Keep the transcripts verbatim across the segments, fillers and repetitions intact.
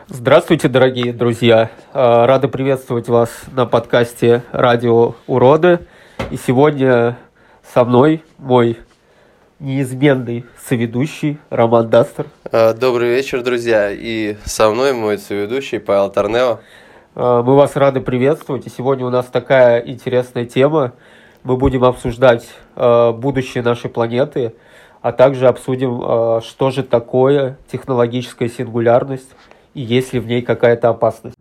Здравствуйте, дорогие друзья! Рады приветствовать вас на подкасте «Радио Уроды». И сегодня со мной мой неизменный соведущий Роман Дастер. Добрый вечер, друзья! И со мной мой соведущий Павел Торнео. Мы вас рады приветствовать. И сегодня у нас такая интересная тема. Мы будем обсуждать будущее нашей планеты, а также обсудим, что же такое технологическая сингулярность и есть ли в ней какая-то опасность.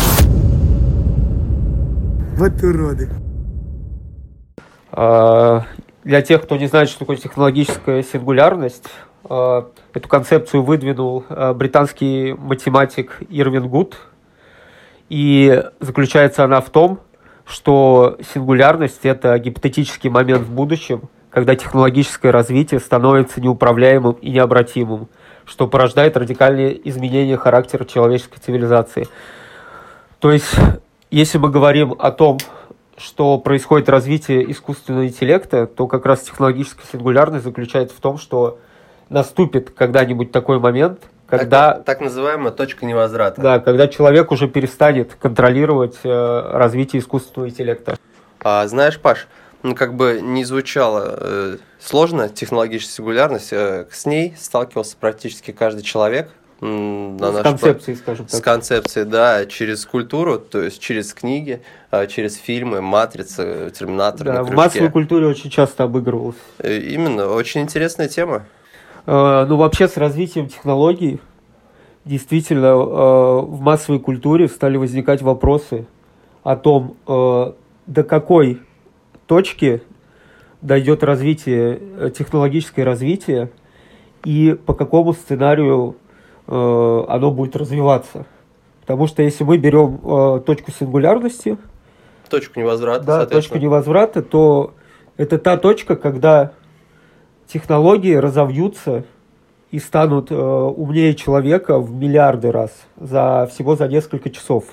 Вот уроды. Для тех, кто не знает, что такое технологическая сингулярность, эту концепцию выдвинул британский математик Ирвин Гуд. И заключается она в том, что сингулярность – это гипотетический момент в будущем, когда технологическое развитие становится неуправляемым и необратимым, что порождает радикальные изменения характера человеческой цивилизации. То есть, если мы говорим о том, что происходит развитие искусственного интеллекта, то как раз технологическая сингулярность заключается в том, что наступит когда-нибудь такой момент, когда... Так, так называемая точка невозврата. Да, когда человек уже перестанет контролировать э, развитие искусственного интеллекта. А, знаешь, Паш, ну как бы не звучало э, сложно, технологическая сингулярность, э, с ней сталкивался практически каждый человек. М, на с концепцией, скажем так. С концепцией, да, через культуру, то есть через книги, э, через фильмы, «Матрица», «Терминатор». Да, в массовой культуре очень часто обыгрывалось. Э, именно, очень интересная тема. Э, ну, вообще, с развитием технологий действительно э, в массовой культуре стали возникать вопросы о том, э, до какой точки дойдет развитие, технологическое развитие и по какому сценарию э, оно будет развиваться. Потому что если мы берем э, точку сингулярности, точку невозврата, да, точку невозврата, то это та точка, когда технологии разовьются и станут э, умнее человека в миллиарды раз за всего за несколько часов.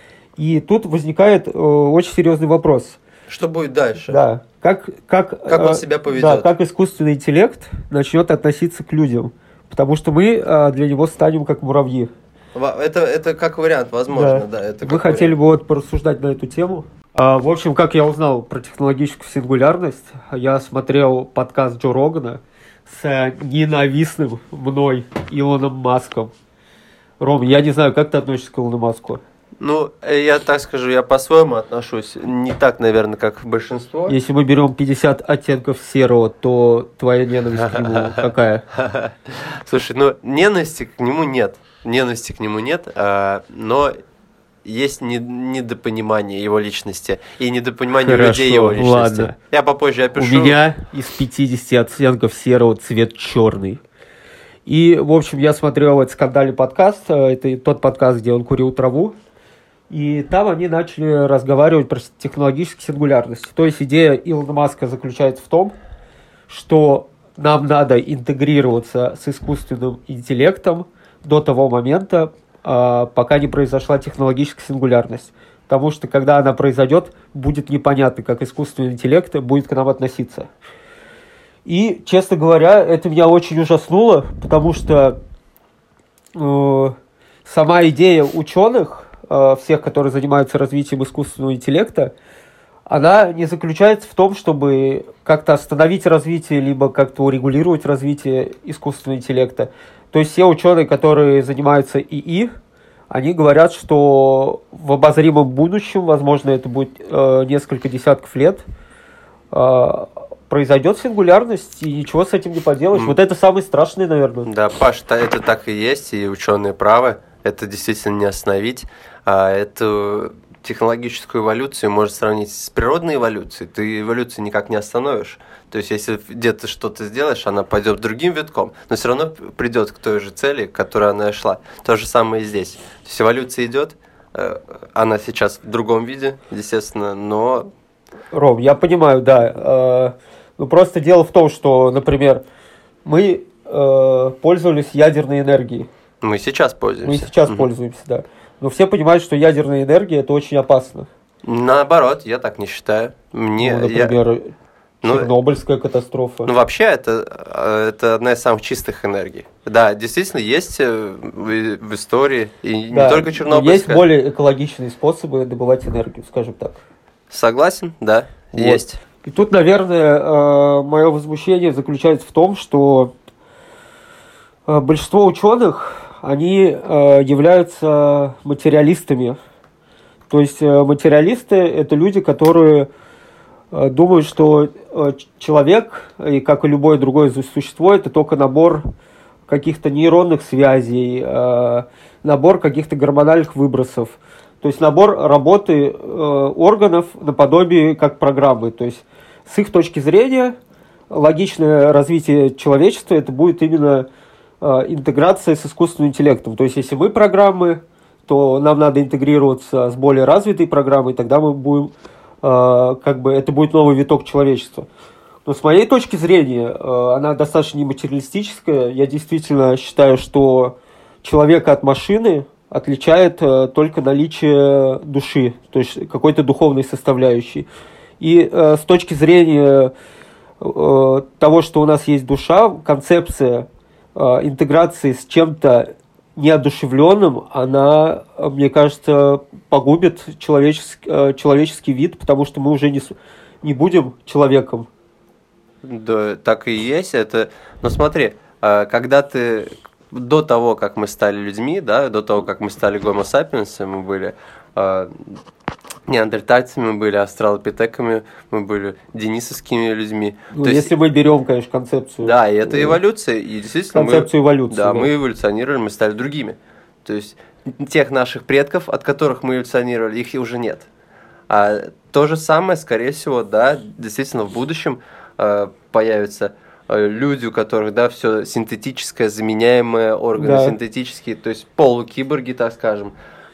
И тут возникает э, очень серьезный вопрос. Что будет дальше? Да. Как, как, как он себя поведет? Да, как искусственный интеллект начнет относиться к людям. Потому что мы э, для него станем как муравьи. Это, это как вариант, возможно, да. да это Вы хотели бы вот порассуждать на эту тему? А, в общем, как я узнал про технологическую сингулярность, я смотрел подкаст Джо Рогана с ненавистным мной Илоном Маском. Ром, я не знаю, как ты относишься к Илону Маску? Ну, я так скажу, я по-своему отношусь. Не так, наверное, как большинство. Если мы берем пятьдесят оттенков серого, то твоя ненависть к нему какая? Слушай, ну, ненависти к нему нет. Ненависти к нему нет, но есть недопонимание его личности и недопонимание Хорошо, людей его личности. Ладно. Я попозже опишу. У меня из пятидесяти оттенков серого цвет черный. И, в общем, я смотрел этот скандальный подкаст. Это тот подкаст, где он курил траву. И там они начали разговаривать про технологическую сингулярность. То есть идея Илона Маска заключается в том, что нам надо интегрироваться с искусственным интеллектом до того момента, пока не произошла технологическая сингулярность. Потому что, когда она произойдет, будет непонятно, как искусственный интеллект будет к нам относиться. И, честно говоря, это меня очень ужаснуло, потому что э, сама идея ученых, э, всех, которые занимаются развитием искусственного интеллекта, она не заключается в том, чтобы как-то остановить развитие, либо как-то урегулировать развитие искусственного интеллекта. То есть все ученые, которые занимаются ИИ, они говорят, что в обозримом будущем, возможно, это будет э, несколько десятков лет, э, произойдет сингулярность, и ничего с этим не поделаешь. Mm. Вот это самое страшное, наверное. Да, Паш, это так и есть, и ученые правы. Это действительно не остановить. А эту технологическую эволюцию можно сравнить с природной эволюцией. Ты эволюцию никак не остановишь. То есть, если где-то что-то сделаешь, она пойдет другим витком, но все равно придет к той же цели, к которой она шла. То же самое и здесь. То есть, эволюция идет, она сейчас в другом виде, естественно, но... Ром, я понимаю, да. Ну, просто дело в том, что, например, мы э, пользовались ядерной энергией. Мы сейчас пользуемся. Мы сейчас угу. пользуемся, да. Но все понимают, что ядерная энергия – это очень опасно. Наоборот, я так не считаю. Мне, ну, например, я... Ну, Чернобыльская катастрофа. Ну, вообще, это, это одна из самых чистых энергий. Да, действительно, есть в, в истории, и да, не только Чернобыльская. Есть более экологичные способы добывать энергию, скажем так. Согласен, да, вот. Есть. И тут, наверное, мое возмущение заключается в том, что большинство ученых, они являются материалистами. То есть материалисты – это люди, которые думают, что человек, и как и любое другое существо, это только набор каких-то нейронных связей, набор каких-то гормональных выбросов. То есть набор работы органов наподобие как программы. То есть с их точки зрения логичное развитие человечества это будет именно интеграция с искусственным интеллектом. То есть если мы программы, то нам надо интегрироваться с более развитой программой, тогда мы будем как бы это будет новый виток человечества. Но с моей точки зрения, она достаточно нематериалистическая. Я действительно считаю, что человека от машины отличает только наличие души, то есть какой-то духовной составляющей. И с точки зрения того, что у нас есть душа, концепция интеграции с чем-то неодушевленным, она, мне кажется, погубит человеческий, человеческий вид, потому что мы уже не, не будем человеком. Да, так и есть. Это... Но смотри, когда ты... До того, как мы стали людьми, да, до того, как мы стали гомо сапиенсами, мы были неандертальцами, мы были австралопитеками, мы были денисовскими людьми. Ну, То если есть, мы берем, конечно, концепцию. Да, и это эволюция, и действительно концепцию мы, эволюции. Да, да, мы эволюционировали, мы стали другими. То есть тех наших предков, от которых мы эволюционировали, их уже нет. А то же самое, скорее всего, да, действительно в будущем э, появятся люди, у которых, да, все синтетическое, заменяемые органы, да. синтетические, то есть полукиборги, так скажем,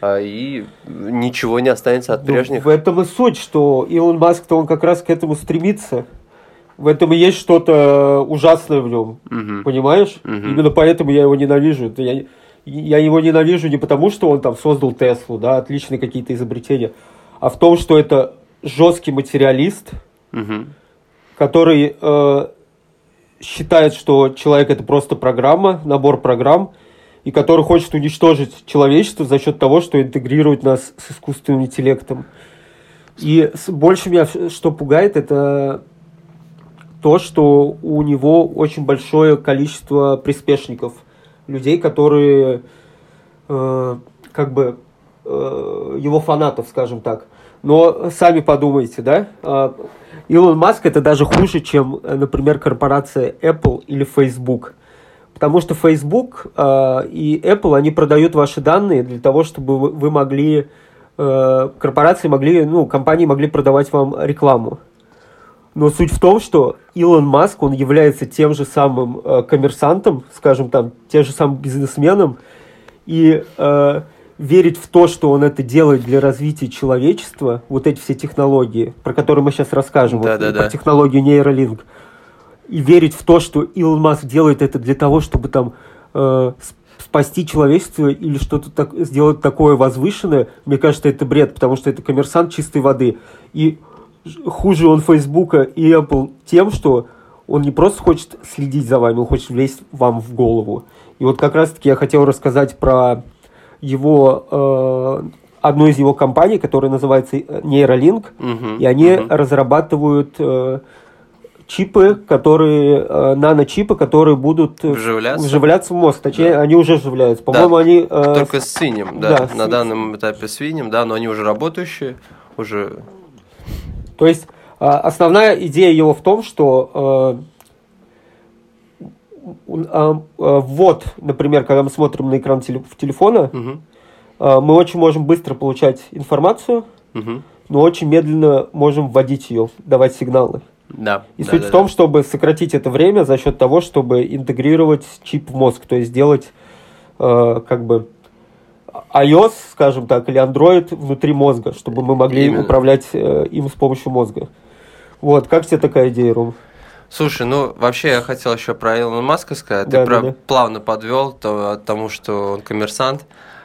и ничего не останется от прежних. Ну, в этом и суть, что Илон Маск-то он как раз к этому стремится. В этом и есть что-то ужасное в нем, угу. Понимаешь? Угу. Именно поэтому я его ненавижу. Это я, я его ненавижу не потому, что он там создал Теслу, да, отличные какие-то изобретения, а в том, что это жесткий материалист, угу. который э, считает, что человек это просто программа, набор программ, и который хочет уничтожить человечество за счет того, что интегрирует нас с искусственным интеллектом. И больше меня что пугает, это то, что у него очень большое количество приспешников, людей, которые э, как бы э, его фанатов, скажем так. Но сами подумайте, да, э, Илон Маск это даже хуже, чем, например, корпорация Apple или Facebook. Потому что Facebook э, и Apple, они продают ваши данные для того, чтобы вы, вы могли, э, корпорации могли, ну, компании могли продавать вам рекламу. Но суть в том, что Илон Маск, он является тем же самым э, коммерсантом, скажем там, тем же самым бизнесменом, и э, верить в то, что он это делает для развития человечества, вот эти все технологии, про которые мы сейчас расскажем, да, вот, да, про да. технологию Neuralink, и верить в то, что Илон Маск делает это для того, чтобы там э, спасти человечество или что-то так, сделать такое возвышенное, мне кажется, это бред, потому что это коммерсант чистой воды. И хуже он Фейсбука и Apple тем, что он не просто хочет следить за вами, он хочет влезть вам в голову. И вот как раз-таки я хотел рассказать про его, э, одну из его компаний, которая называется Neuralink, uh-huh, и они uh-huh. разрабатывают э, чипы, которые, э, наночипы, которые будут вживляться, вживляться в мозг. Точнее, да. Они уже вживляются. да, По-моему, они... Э, только с свиньем, да, да на с... данном этапе свиньем, да, но они уже работающие, уже... То есть, э, основная идея его в том, что э, э, э, вот, например, когда мы смотрим на экран теле- телефона, угу. э, мы очень можем быстро получать информацию, угу. но очень медленно можем вводить ее, давать сигналы. Да, и да, суть да, в том, да. чтобы сократить это время за счет того, чтобы интегрировать чип в мозг, то есть сделать э, как бы iOS, скажем так, или Android внутри мозга, чтобы мы могли Именно. управлять э, им с помощью мозга. Вот, как тебе такая идея, Ром? Слушай, ну вообще я хотел еще про Илона Маска сказать. Да, Ты да, про... да. плавно подвел то, тому, что он коммерсант.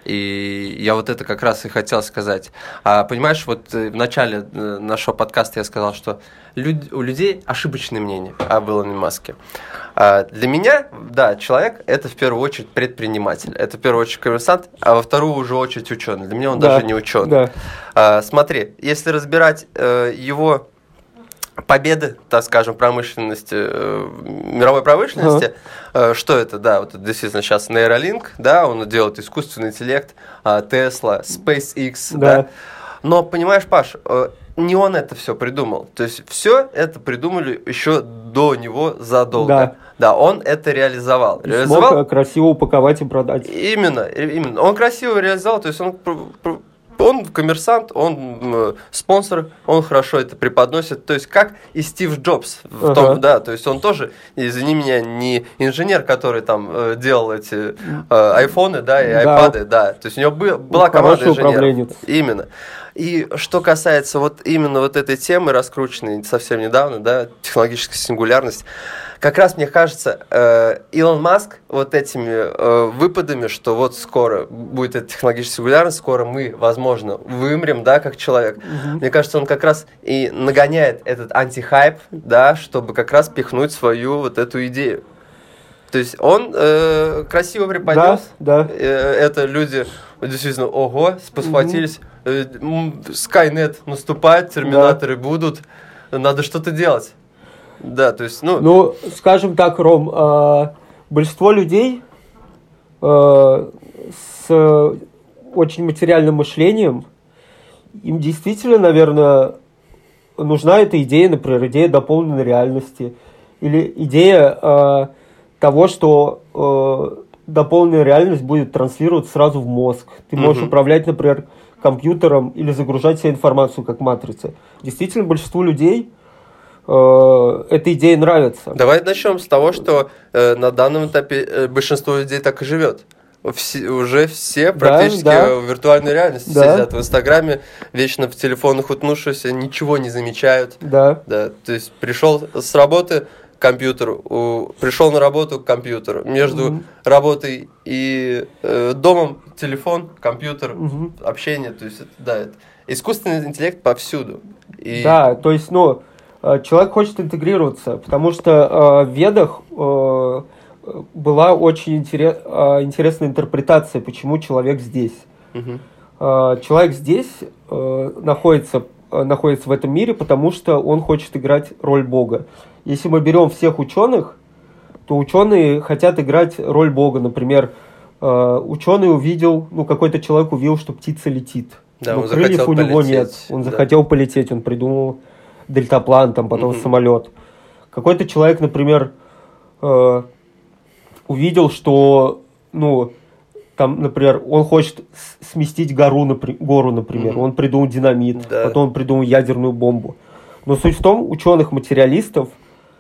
И я вот это как раз и хотел сказать. А, понимаешь, вот в начале нашего подкаста я сказал, что люд, у людей ошибочное мнение об Илоне Маске. А для меня, да, человек – это в первую очередь предприниматель. Это в первую очередь коммерсант, а во вторую уже очередь ученый. Для меня он да, даже не ученый. Да. А, смотри, если разбирать э, его победы, так скажем, промышленности, э, мировой промышленности, uh-huh. э, что это, да, вот действительно сейчас Neuralink, да, он делает искусственный интеллект, э, Tesla, SpaceX, да. да. Но, понимаешь, Паш, э, не он это все придумал. То есть все это придумали еще до него задолго. Да. Да, он это реализовал. И реализовал... Смог красиво упаковать и продать. Именно, именно. Он красиво реализовал, то есть он... Он коммерсант, он э, спонсор, он хорошо это преподносит. То есть, как и Стив Джобс. В ага. том, да, то есть, он тоже, извини меня, не инженер, который там э, делал эти э, айфоны, да, и айпады, да. да. То есть, у него был, была ну, команда инженеров. Именно. И что касается вот именно вот этой темы, раскрученной совсем недавно, да, технологическая сингулярность, как раз, мне кажется, э, Илон Маск вот этими э, выпадами, что вот скоро будет эта технологическая сингулярность, скоро мы, возможно, вымрем, да, как человек. Mm-hmm. Мне кажется, он как раз и нагоняет этот антихайп, да, чтобы как раз пихнуть свою вот эту идею. То есть он э, красиво преподнес, да, да. Э, это люди действительно, ого, спохватились, mm-hmm. э, Скайнет наступает, терминаторы да. будут, надо что-то делать. Да, то есть, ну... Ну, скажем так, Ром, э, большинство людей э, с очень материальным мышлением, им действительно, наверное, нужна эта идея, например, идея дополненной реальности, или идея э, того, что э, дополненная реальность будет транслироваться сразу в мозг. Ты можешь mm-hmm. управлять, например, компьютером или загружать себе информацию, как матрица. Действительно, большинству людей эта идея нравится. Давай начнем с того, что э, на данном этапе э, большинство людей так и живет. Все, уже все практически да, да. в виртуальной реальности да. сидят в Инстаграме, вечно в телефонах утнувшись, ничего не замечают. Да. Да. То есть пришел с работы к компьютеру, у, пришел на работу к компьютеру. Между угу. работой и э, домом телефон, компьютер, угу. общение. То есть, это, да, это искусственный интеллект повсюду. И... Да, то есть, ну, человек хочет интегрироваться, потому что э, в Ведах э, была очень интерес, э, интересная интерпретация, почему человек здесь. Uh-huh. Э, человек здесь э, находится, э, находится в этом мире, потому что он хочет играть роль Бога. Если мы берем всех ученых, то ученые хотят играть роль Бога. Например, э, ученый увидел, ну, какой-то человек увидел, что птица летит. Да, но он крыльев у полететь. него нет. Он да. захотел полететь, он придумал дельтаплан, там потом mm-hmm. самолет. Какой-то человек, например, э, увидел, что, ну, там, например, он хочет сместить гору, напри- гору, например. Mm-hmm. Он придумал динамит, да. потом он придумал ядерную бомбу. Но суть в том, ученых-материалистов,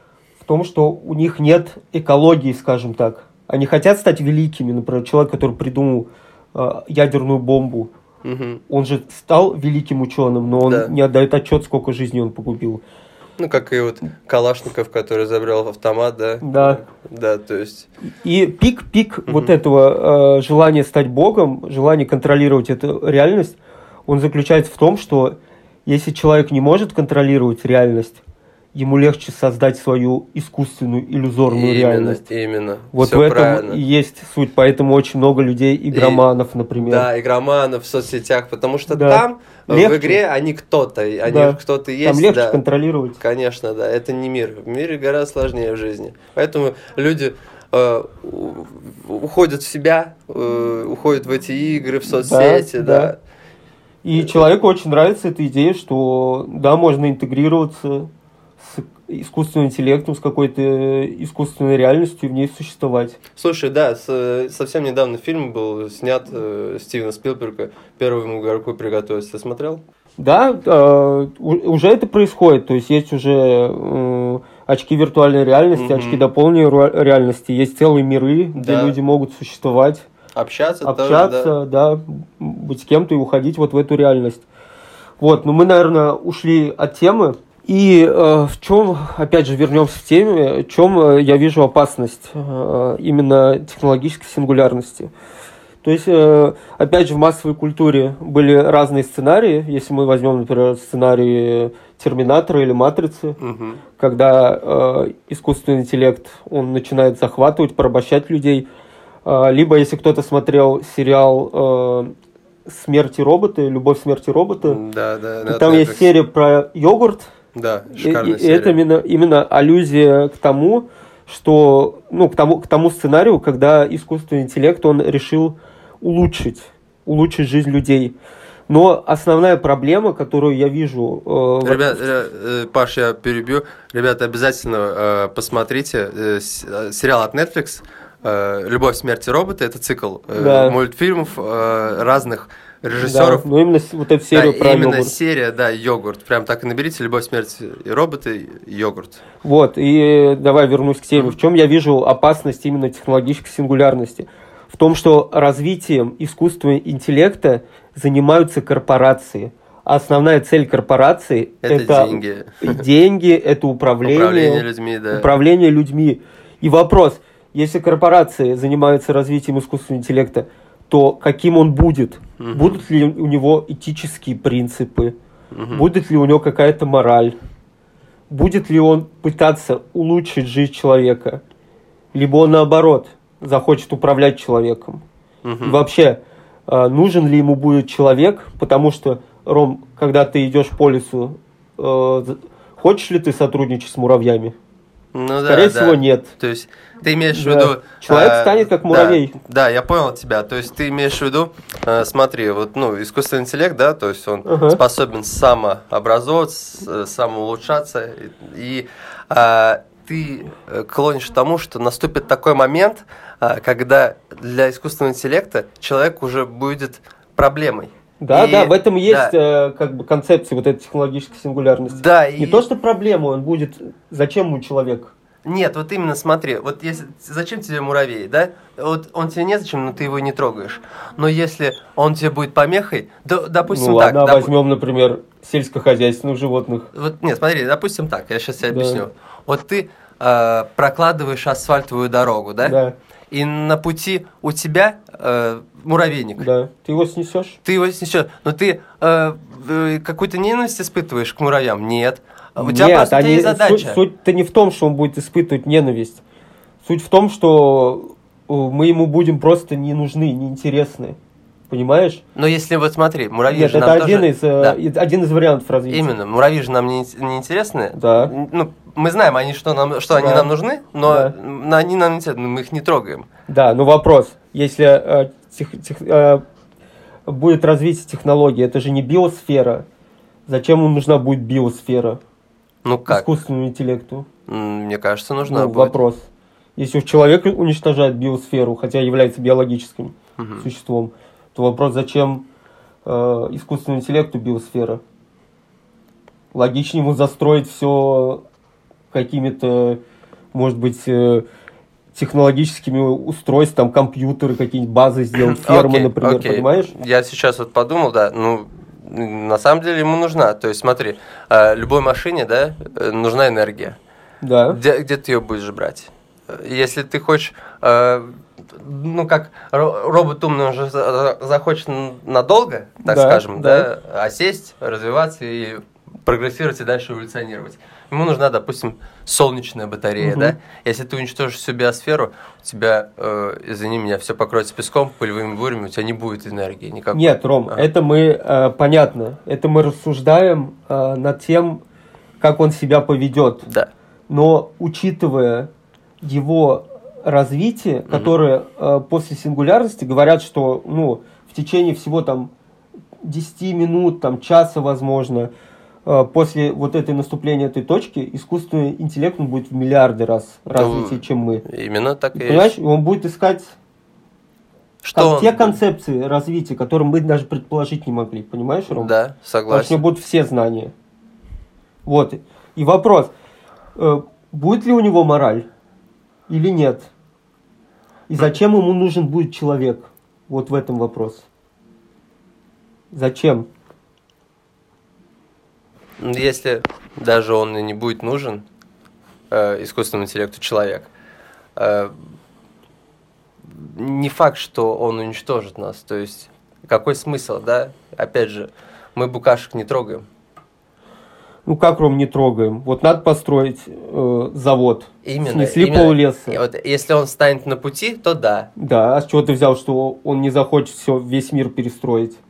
в том, что у них нет экологии, скажем так. Они хотят стать великими. Например, человек, который придумал э, ядерную бомбу, угу. он же стал великим ученым, но он да. не отдает отчет, сколько жизней он погубил. Ну, как и вот Калашников, который изобрел автомат, да? Да. Да, то есть... И пик-пик угу. вот этого э, желания стать богом, желания контролировать эту реальность, он заключается в том, что если человек не может контролировать реальность, ему легче создать свою искусственную иллюзорную именно, реальность. Именно, вот все в этом правильно. И есть суть, поэтому очень много людей, игроманов, и, например. Да, игроманов в соцсетях, потому что да. там легче. В игре они кто-то, они да. кто-то есть. Там легче да. контролировать. Конечно, да, это не мир. В мире гораздо сложнее в жизни. Поэтому люди э, уходят в себя, э, уходят в эти игры, в соцсети, да. да. да. И человеку очень нравится эта идея, что да, можно интегрироваться с искусственным интеллектом, с какой-то искусственной реальностью, в ней существовать. Слушай, да, с, совсем недавно фильм был снят э, Стивена Спилберга «Первому игроку приготовиться». Ты смотрел? Да, э, уже это происходит. То есть есть уже э, очки виртуальной реальности, mm-hmm. очки дополненной реальности. Есть целые миры, где да. люди могут существовать. Общаться, общаться, тоже, да. да, быть с кем-то и уходить вот в эту реальность. Вот, но мы, наверное, ушли от темы. И э, в чем, опять же, вернемся к теме, в чем э, я вижу опасность э, именно технологической сингулярности. То То есть, э, опять же, в массовой культуре были разные сценарии. Если мы возьмем, например, сценарий «Терминатора» или «Матрицы», Мгм. когда э, искусственный интеллект, он начинает захватывать, порабощать людей. Э, либо, если кто-то смотрел сериал э, «Смерть и роботы», «Любовь, смерть и роботы», Да, да. и на там Netflix. есть серия про йогурт. Да, И, шикарная и серия. это именно, именно аллюзия к тому, что, ну, к тому, к тому сценарию, когда искусственный интеллект, он решил улучшить, улучшить жизнь людей. Но основная проблема, которую я вижу... Э, в- Ребят, э, э, Паш, я перебью. Ребята, обязательно э, посмотрите э, с- э, сериал от Netflix э, «Любовь, смерть и роботы». Это цикл э, Да. мультфильмов э, разных да, режиссеров. но именно с- вот эту Да, серию про именно йогурт. серия, да, йогурт. Прям так и наберите «Любовь, смерть и роботы», йогурт. Вот, и давай вернусь к теме. В чем я вижу опасность именно технологической сингулярности? В том, что развитием искусственного интеллекта занимаются корпорации. А основная цель корпорации – Это деньги. деньги, это управление, Управление людьми, да. управление людьми. И вопрос, если корпорации занимаются развитием искусственного интеллекта, то каким он будет? Мгм. Будут ли у него этические принципы? Мгм. Будет ли у него какая-то мораль? Будет ли он пытаться улучшить жизнь человека? Либо он, наоборот, захочет управлять человеком? Мгм. И вообще, э, нужен ли ему будет человек? Потому что, Ром, когда ты идешь по лесу, э, за- хочешь ли ты сотрудничать с муравьями? Ну, да, Скорее да. всего, нет. То есть ты имеешь Да. в виду... Человек э, станет как да, муравей. Да, я понял тебя. То есть ты имеешь в виду, э, смотри, вот, ну, искусственный интеллект, да, то есть он Ага. способен самообразовываться, с- самоулучшаться, и, и, э, ты э, клонишь к тому, что наступит такой момент, э, когда для искусственного интеллекта человек уже будет проблемой. Да, И- да, в этом и есть да. э, как бы концепция вот этой технологической сингулярности. Да, Не и- то, что проблема, он будет... Зачем ему человек? Нет, вот именно смотри, вот если зачем тебе муравей, да? Вот он тебе незачем, но ты его не трогаешь. Но если он тебе будет помехой, да, допустим Ну так. ладно, допу- возьмем, например, сельскохозяйственных животных. Вот, нет, смотри, допустим так, я сейчас тебе Да. объясню. Вот ты э, прокладываешь асфальтовую дорогу, да? Да, И на пути у тебя э, муравейник. да. Ты его снесешь? Ты его снесешь, но ты э, э, какую-то ненависть испытываешь к муравьям? Нет. У тебя Нет, просто они, есть задача. суть- суть-то не в том, что он будет испытывать ненависть. Суть в том, что э, мы ему будем просто не нужны, неинтересны. Понимаешь? Но если вот смотри, муравьи Нет, же это нам один, тоже... из, э, Да. и- один из вариантов развития. Именно, муравьи же нам не, не интересны. Да. Ну, мы знаем, они, что, нам, что они Да. нам нужны, но Да. м, они нам не интересны, мы их не трогаем. Да, но вопрос, если э, тех- тех- э, будет развитие технологий, это же не биосфера. Зачем ему нужна будет биосфера Ну как? искусственному интеллекту? М, Мне кажется, нужна Ну, будет. вопрос. Если человек уничтожает биосферу, хотя является биологическим Мгм. существом, то вопрос, зачем э, искусственному интеллекту биосфера? Логичнее ему застроить все какими-то, может быть, э, технологическими устройствами, там компьютеры, какие-нибудь базы сделать, фермы, Окей, например, окей. понимаешь? Я сейчас вот подумал, да, ну, на самом деле ему нужна. То есть смотри, э, любой машине, да, э, нужна энергия. Да. Где, где ты ее будешь брать? Если ты хочешь, э, ну как ро- робот умный, он же за- захочет н- надолго, так Да, скажем, да. да, осесть, развиваться и прогрессировать и дальше эволюционировать. Ему нужна, допустим, солнечная батарея, Мгм. да? Если ты уничтожишь всю биосферу, у тебя, э, извини меня, все покроется песком, пылевыми бурями, у тебя не будет энергии никакой. Нет, Ром, Ага. это мы, э, понятно, это мы рассуждаем э, над тем, как он себя поведет. Да. Но учитывая его развитие, которое э, после сингулярности говорят, что ну, в течение всего там десяти минут, там, часа, возможно, э, после вот этой наступления этой точки, искусственный интеллект он будет в миллиарды раз развитие, чем мы. Именно так и Понимаешь, есть. И он будет искать Что там, он- те концепции развития, которые мы даже предположить не могли. Понимаешь, Ром? Да, Потому что у согласен. него будут все знания. Вот. И вопрос, э, будет ли у него мораль или нет? И зачем ему нужен будет человек? Вот в этом вопрос. Зачем? Если даже он и не будет нужен, э, искусственному интеллекту человек, э, не факт, что он уничтожит нас. То есть, какой смысл, да? Опять же, мы букашек не трогаем. Ну, как, Ром, не трогаем? Вот надо построить э, завод. Именно. Снесли именно. поллеса. И вот, если он станет на пути, то да. Да, а с чего ты взял, что он не захочет все, весь мир перестроить?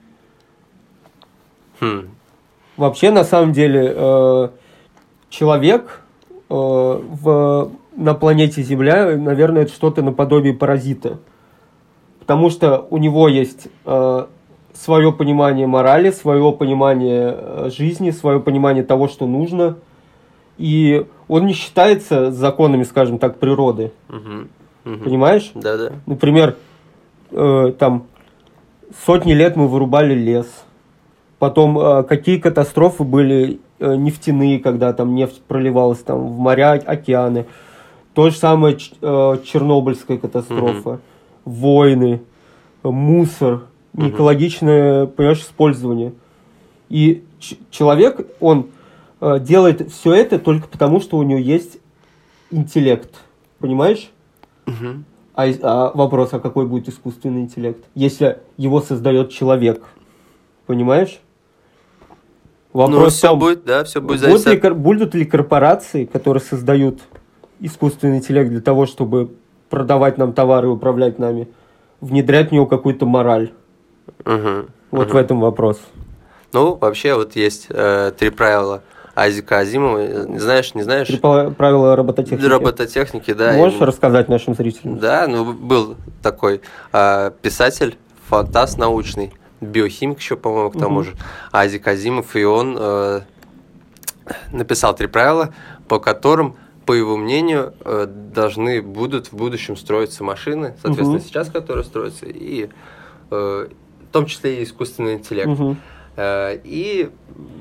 Хм. Вообще, на самом деле, э, человек э, в, на планете Земля, наверное, это что-то наподобие паразита. Потому что у него есть э, свое понимание морали, свое понимание э, жизни, свое понимание того, что нужно. И он не считается законами, скажем так, природы. Угу. Угу. Понимаешь? Да-да. Например, э, там сотни лет мы вырубали лес. Потом, э, какие катастрофы были э, нефтяные, когда там нефть проливалась там, в моря, океаны. То же самое ч- э, Чернобыльская катастрофа. Mm-hmm. Войны, э, мусор, неэкологичное, mm-hmm. понимаешь, использование. И ч- человек, он э, делает все это только потому, что у него есть интеллект. Понимаешь? Mm-hmm. А, а вопрос, а какой будет искусственный интеллект? Если его создает человек. Понимаешь? Вопрос ну, все том, будет, да, все будет будут зависеть. ли, будут ли корпорации, которые создают искусственный интеллект для того, чтобы продавать нам товары и управлять нами, внедрять в него какую-то мораль? Угу, вот угу. в этом вопрос. Ну, вообще, вот есть э, три правила Айзека Азимова. Знаешь, не знаешь? Три правила робототехники. Робототехники, да. Можешь и... рассказать нашим зрителям? Да, ну, был такой э, писатель, фантаст научный, биохимик еще, по-моему, к тому uh-huh. же, Айзек Азимов, и он э, написал три правила, по которым, по его мнению, э, должны будут в будущем строиться машины, соответственно, uh-huh. сейчас, которые строятся, и э, в том числе и искусственный интеллект. Uh-huh. Э, и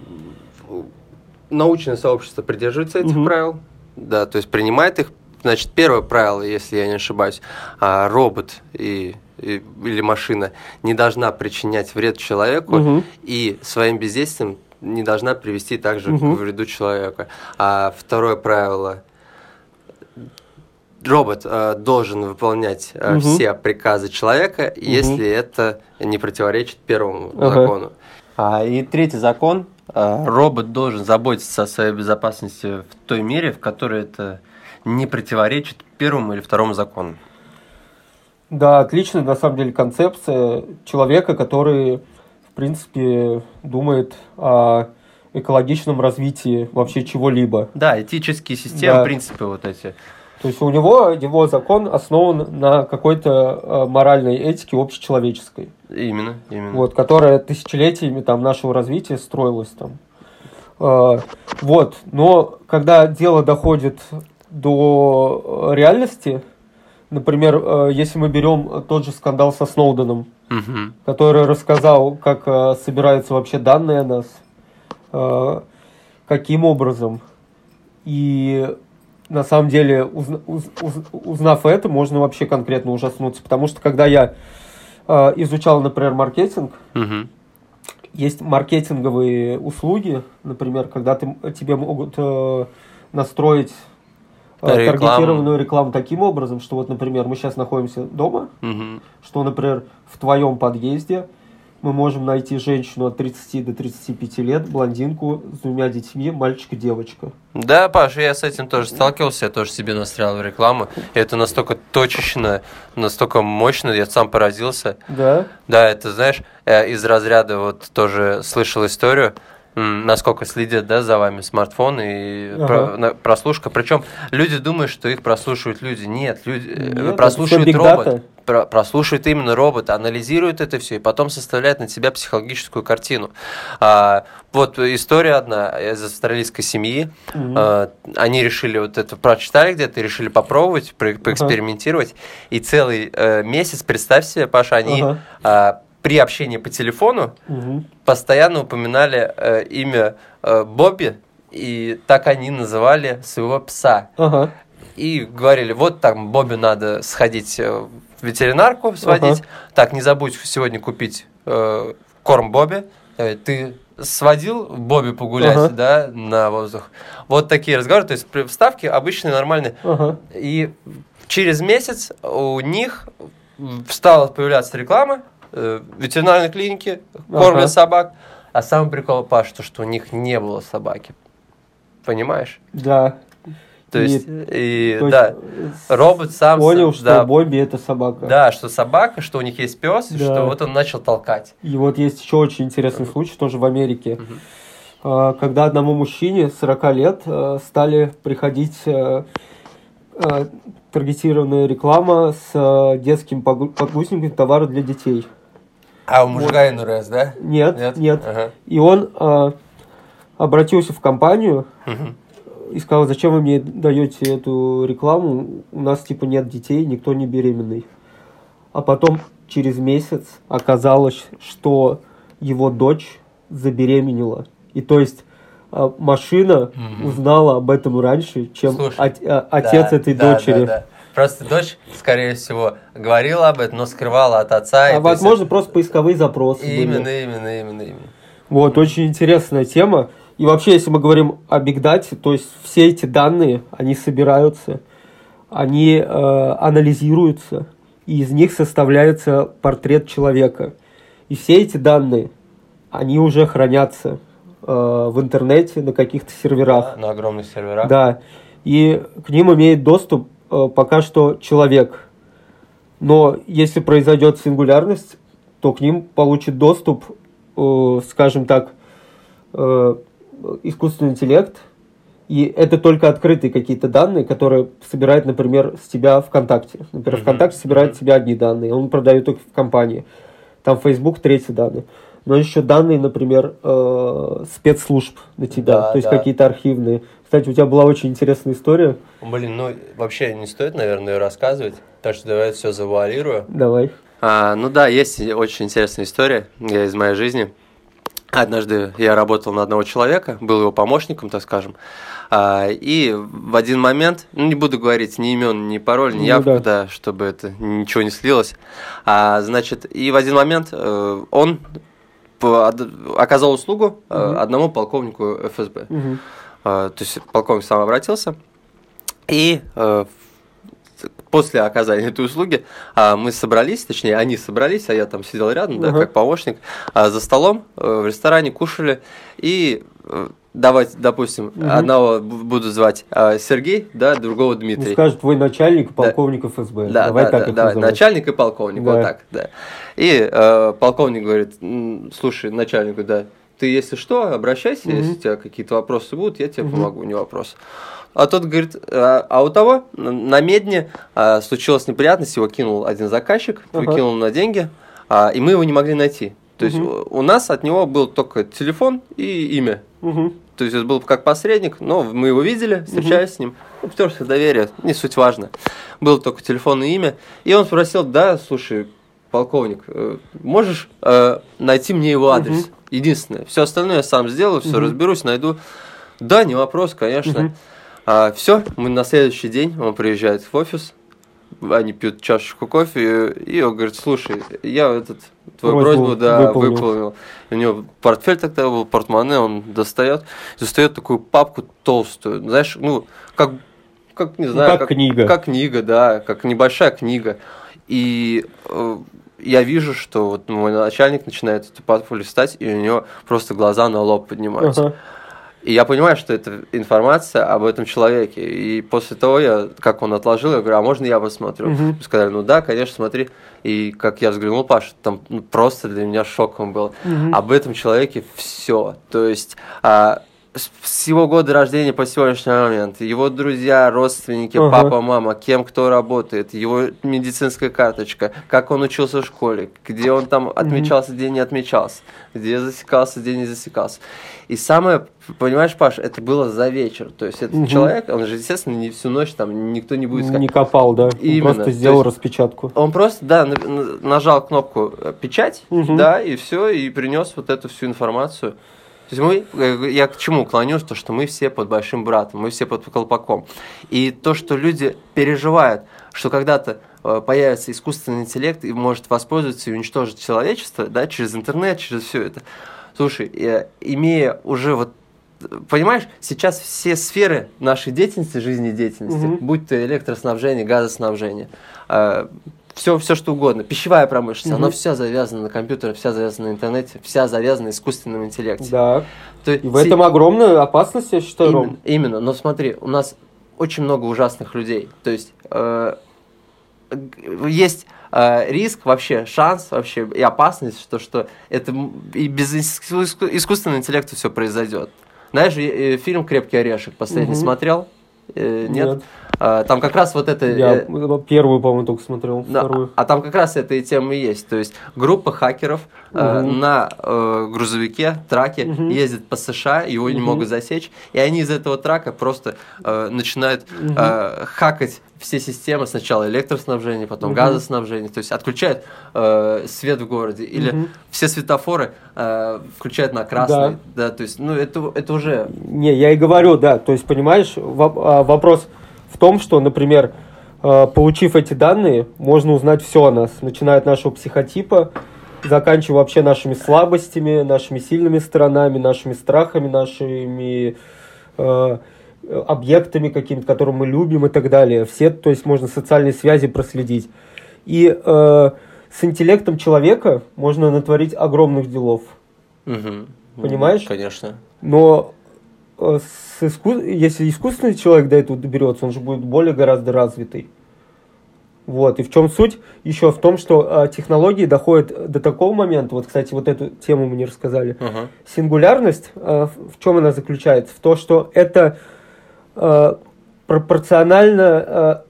научное сообщество придерживается этих uh-huh. правил, да, то есть принимает их. Значит, первое правило, если я не ошибаюсь, робот и, и, или машина не должна причинять вред человеку угу. и своим бездействием не должна привести также угу. к вреду человека. А второе правило, робот э, должен выполнять э, угу. все приказы человека, угу. если это не противоречит первому ага. закону. А, и третий закон, э, робот должен заботиться о своей безопасности в той мере, в которой это не противоречит первому или второму закону. Да, отличная, на самом деле, концепция человека, который, в принципе, думает о экологичном развитии вообще чего-либо. Да, этические системы, да. принципы вот эти. То есть у него его закон основан на какой-то моральной этике общечеловеческой. Именно, именно. Вот, которая тысячелетиями там, нашего развития строилась там. Вот, но когда дело доходит до реальности, например, если мы берем тот же скандал со Сноуденом, угу. который рассказал, как собираются вообще данные о нас, каким образом, и на самом деле, узна, уз, уз, узнав это, можно вообще конкретно ужаснуться, потому что когда я изучал, например, маркетинг, угу. есть маркетинговые услуги, например, когда ты, тебе могут настроить Рекламу. таргетированную рекламу таким образом, что вот, например, мы сейчас находимся дома, угу. что, например, в твоем подъезде мы можем найти женщину от тридцати до тридцати пяти лет, блондинку с двумя детьми, мальчик и девочка. Да, Паша, я с этим тоже сталкивался, я тоже себе настраивал рекламу. И это настолько точечно, настолько мощно, я сам поразился. Да? Да, это, знаешь, из разряда вот тоже слышал историю, насколько следят, да, за вами смартфон и ага. прослушка. Причем люди думают, что их прослушивают люди. Нет, люди Нет, прослушивают робот. Про, прослушивает именно робот, анализирует это все и потом составляет на тебя психологическую картину. А, вот история одна из австралийской семьи. Mm-hmm. А, они решили вот это, прочитали где-то, решили попробовать, про, поэкспериментировать. Uh-huh. И целый э, месяц, представь себе, Паша, они... Uh-huh. а, при общении по телефону угу. постоянно упоминали э, имя э, Бобби, и так они называли своего пса. Ага. И говорили, вот там Бобби надо сходить в ветеринарку, сводить. Ага. Так, не забудь сегодня купить э, корм Бобби. Э, ты сводил Бобби погулять, ага. да, на воздух. Вот такие разговоры, то есть вставки обычные, нормальные. Ага. И через месяц у них стала появляться реклама, э, ветеринарной клиники, кормят ага. собак. А самый прикол, Паш, то, что у них не было собаки. Понимаешь? Да. То есть, и, то да, есть робот сам... Понял, что да, Бобби это собака. Да, что собака, что у них есть пес, да. что вот он начал толкать. И вот есть еще очень интересный uh-huh. случай, тоже в Америке. Uh-huh. Когда одному мужчине сорок лет стали приходить таргетированная реклама с детским подгузником товара для детей. А у мужика вот. эн эр эс, да? Нет, нет. нет. Ага. И он а, обратился в компанию угу. и сказал, зачем вы мне даете эту рекламу, у нас типа нет детей, никто не беременный. А потом через месяц оказалось, что его дочь забеременела. И то есть а, машина угу. узнала об этом раньше, чем Слушай, от, а, отец да, этой да, дочери. Да, да. Просто дочь, скорее всего, говорила об этом, но скрывала от отца. А возможно, есть... просто поисковые запросы именно, были. Именно, именно, именно. Вот, mm-hmm. очень интересная тема. И вообще, если мы говорим о Big Data, то есть все эти данные, они собираются, они э, анализируются, и из них составляется портрет человека. И все эти данные, они уже хранятся э, в интернете на каких-то серверах. Да, на огромных серверах. Да, и к ним имеет доступ пока что человек. Но если произойдет сингулярность, то к ним получит доступ, э, скажем так, э, искусственный интеллект. И это только открытые какие-то данные, которые собирает, например, с тебя ВКонтакте. Например, mm-hmm. ВКонтакте собирает с тебя одни данные, он продает только в компании. Там Facebook третьи данные. Но еще данные, например, э, спецслужб на тебя, да, то есть да. какие-то архивные. Кстати, у тебя была очень интересная история. Блин, ну вообще не стоит, наверное, ее рассказывать, так что давай все завуалирую. Давай. А, ну да, есть очень интересная история из моей жизни. Однажды я работал на одного человека, был его помощником, так скажем, а, и в один момент, ну не буду говорить ни имен, ни пароль, ни ну, явку, да. да, чтобы это ничего не слилось, а, значит, и в один момент э, он оказал услугу угу. одному полковнику эф эс бэ. Угу. То есть полковник сам обратился, и после оказания этой услуги мы собрались, точнее, они собрались, а я там сидел рядом, uh-huh. да, как помощник, за столом в ресторане кушали, и давайте, допустим, uh-huh. одного буду звать Сергей, да, другого Дмитрий. Ну, скажет твой начальник, полковник да. эф эс бэ. Да, давай да, так да, их давай, начальник и полковник, да. вот так, да. И э, полковник говорит, слушай, начальнику, да, ты, если что, обращайся, uh-huh. если у тебя какие-то вопросы будут, я тебе uh-huh. помогу, не вопрос. А тот говорит, а, а у того на Медне а, случилась неприятность, его кинул один заказчик, uh-huh. выкинул на деньги, а, и мы его не могли найти. То uh-huh. есть у нас от него был только телефон и имя. Uh-huh. То есть это был как посредник, но мы его видели, встречались uh-huh. с ним, уперся в доверие, не суть важно. Было только телефон и имя. И он спросил, да, слушай, полковник, можешь э, найти мне его адрес? Uh-huh. Единственное. Все остальное я сам сделаю, все uh-huh. разберусь, найду. Да, не вопрос, конечно. Uh-huh. А, все, мы на следующий день, он приезжает в офис, они пьют чашечку кофе, и, и он говорит, слушай, я этот, твою просьбу, просьбу да, выполнил. выполнил. У него портфель тогда был, портмоне, он достает, достает такую папку толстую, знаешь, ну, как, как не знаю, ну, как, как книга. Как книга, да, как небольшая книга. И э, я вижу, что вот мой начальник начинает эту папку листать, и у него просто глаза на лоб поднимаются. Uh-huh. И я понимаю, что это информация об этом человеке. И после того, я, как он отложил, я говорю, а можно я посмотрю? Uh-huh. Сказали, ну да, конечно, смотри. И как я взглянул, Паша, там ну, просто для меня шоком был. Uh-huh. Об этом человеке все. То есть а, с его года рождения по сегодняшний момент, его друзья, родственники, uh-huh. папа, мама, кем кто работает, его медицинская карточка, как он учился в школе, где он там отмечался, uh-huh. где не отмечался, где засекался, где не засекался. И самое, понимаешь, Паш, это было за вечер. То есть этот uh-huh. человек, он же, естественно, не всю ночь там никто не будет сказать. Не копал, да. Именно. Он просто сделал распечатку. Он просто, да, нажал кнопку печать, uh-huh. да, и все, и принес вот эту всю информацию. То есть мы, я к чему клонюсь, то, что мы все под большим братом, мы все под колпаком. И то, что люди переживают, что когда-то появится искусственный интеллект и может воспользоваться и уничтожить человечество, да, через интернет, через все это. Слушай, имея уже вот, понимаешь, сейчас все сферы нашей деятельности, жизнедеятельности, mm-hmm. будь то электроснабжение, газоснабжение, все, все что угодно. Пищевая промышленность, Мгм. она вся завязана на компьютере, вся завязана на интернете, вся завязана на искусственном интеллекте. Да. То И есть в этом огромная опасность, я считаю, Именно, Ром. именно. Но смотри, у нас очень много ужасных людей. То есть э, г- есть э, риск вообще, шанс вообще и опасность, что, что это м- и без иску- иску- искусственного интеллекта все произойдет. Знаешь, э, э, фильм «Крепкий орешек» последний Мгм. смотрел? Э, нет? Нет. А, там как раз вот это... Я э, первую, по-моему, только смотрел, да, вторую. а там как раз эта и тема и есть. То есть группа хакеров э, Мгм. на э, грузовике, траке Мгм. ездит по США, его не Мгм. могут засечь, и они из этого трака просто э, начинают Мгм. э, хакать все системы, сначала электроснабжение, потом Мгм. газоснабжение, то есть отключают э, свет в городе, или Мгм. все светофоры э, включают на красный, да. то есть, ну, это, это уже... Не, я и говорю, да. То есть, понимаешь, воп- а, вопрос в том, что, например, а, получив эти данные, можно узнать все о нас, начиная от нашего психотипа, заканчивая вообще нашими слабостями, нашими сильными сторонами, нашими страхами, нашими э, объектами какими-то, которые мы любим и так далее. Все, то есть, можно социальные связи проследить. И э, с интеллектом человека можно натворить огромных делов. Мгм. Понимаешь? Конечно. Но э, с иску- если искусственный человек до этого доберется, он же будет более гораздо развитый. Вот. И в чем суть? Еще в том, что э, технологии доходят до такого момента, вот, кстати, вот эту тему мы не рассказали. Ага. Сингулярность, э, в чем она заключается? В том, что это э, пропорционально э,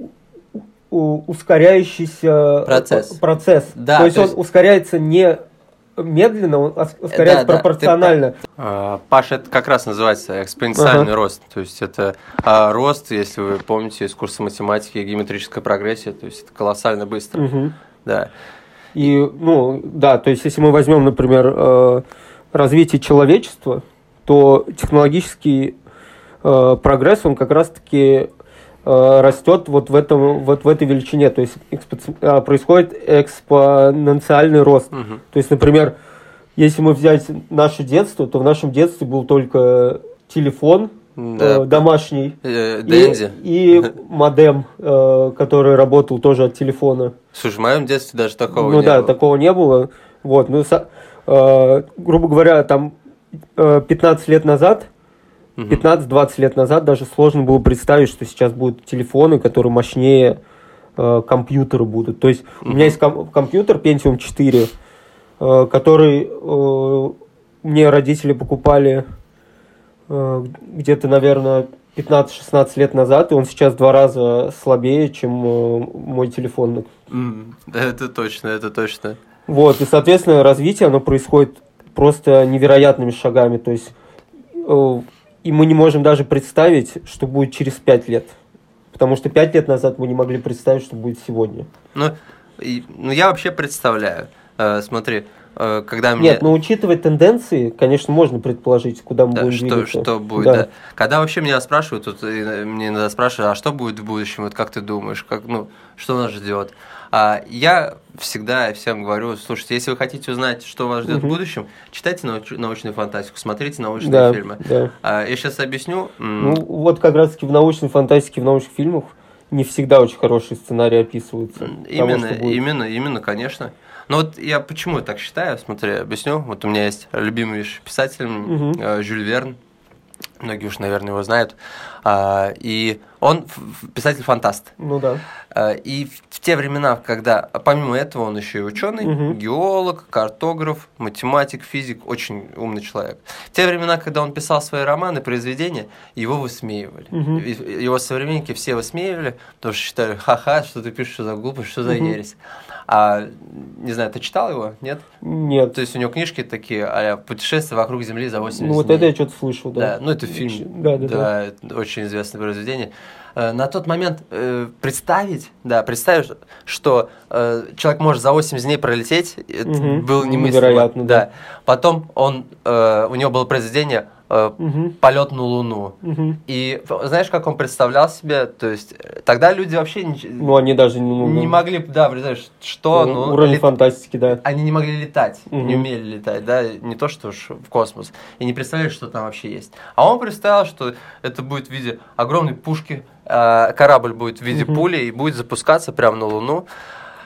у- ускоряющийся Процесс. процесс. Да, то есть то он есть- ускоряется не медленно, он ос- ускоряется Да, да, ты пропорционально. А, Паша, это как раз называется экспоненциальный Ага. рост. То есть это а, рост, если вы помните из курса математики, геометрическая прогрессия, то есть это колоссально быстро. Мгм. Да. И, ну, да, то есть, если мы возьмем, например, э, развитие человечества, то технологический э, прогресс, он как раз-таки э, растет вот в, этом, вот в этой величине, то есть экспо- а, происходит экспоненциальный рост. Мгм. То есть, например, если мы взять наше детство, то в нашем детстве был только телефон Да. э, домашний Э, и, Дэнди. и модем, э, который работал тоже от телефона. Слушай, в моем детстве даже такого Ну не да, было. такого не было. Вот, ну, со- э, грубо говоря, там э, пятнадцать лет назад, Мгм. пятнадцать-двадцать лет назад даже сложно было представить, что сейчас будут телефоны, которые мощнее э, компьютера будут. То есть у меня есть ком- компьютер Pentium четыре, э, который э, мне родители покупали э, где-то, наверное, пятнадцать-шестнадцать лет назад, и он сейчас в два раза слабее, чем э, мой телефон. М, да, это точно, это точно. Вот, и, соответственно, развитие, оно происходит просто невероятными шагами, то есть, э, и мы не можем даже представить, что будет через пять лет, потому что пять лет назад мы не могли представить, что будет сегодня. Ну, и- ну я вообще представляю. Э, смотри, э, когда мне... Нет, но учитывая тенденции, конечно, можно предположить, куда мы Да, будем что, двигаться. что будет, Да. да. Когда вообще меня спрашивают, тут э, мне иногда спрашивают, а что будет в будущем, вот как ты думаешь, как, ну, что нас ждет? А я всегда всем говорю, слушайте, если вы хотите узнать, что вас ждет Мгм. в будущем, читайте науч- научную фантастику, смотрите научные Да, фильмы. да. А, я сейчас объясню. М, Ну, вот как раз-таки в научной фантастике, в научных фильмах не всегда очень хорошие сценарии описываются. того, Именно, что будет. именно, именно, конечно. Но вот я почему так считаю, смотри, объясню. Вот у меня есть любимый писатель Мгм. э, Жюль Верн. Многие уж, наверное, его знают. А, и он ф- ф- писатель-фантаст. Ну да. А, И в в те времена, когда, помимо этого, он еще и ученый, Мгм. геолог, картограф, математик, физик, очень умный человек. В те времена, когда он писал свои романы, произведения, его высмеивали. Мгм. И- Его современники все высмеивали, потому что считали, ха-ха, что ты пишешь, что за глупость, что за Мгм. ересь. А, не знаю, ты читал его, нет? Нет. То есть у него книжки такие, а «Путешествие вокруг Земли за восемьдесят Ну вот дней». это я что-то слышал, да. Да, ну это фильм, Да, да, да. это очень известное произведение. Э, На тот момент э, представить, да, представить, что э, человек может за восемьдесят дней пролететь, это Мгм. было немыслимо. Невероятно, да. Потом он, э, у него было произведение э, Мгм. «Полет на Луну». Мгм. И в- знаешь, как он представлял себе? То есть э, тогда люди вообще нич- Ну, они даже не, ну, не могли, да, представить, что, ну, ну, уровень лет- фантастики, да. они не могли летать, не Мгм. умели летать, да, не то что уж в космос, и не представляли, что там вообще есть. А он представил, что это будет в виде огромной пушки, э, корабль будет в виде Мгм. пули и будет запускаться прямо на Луну.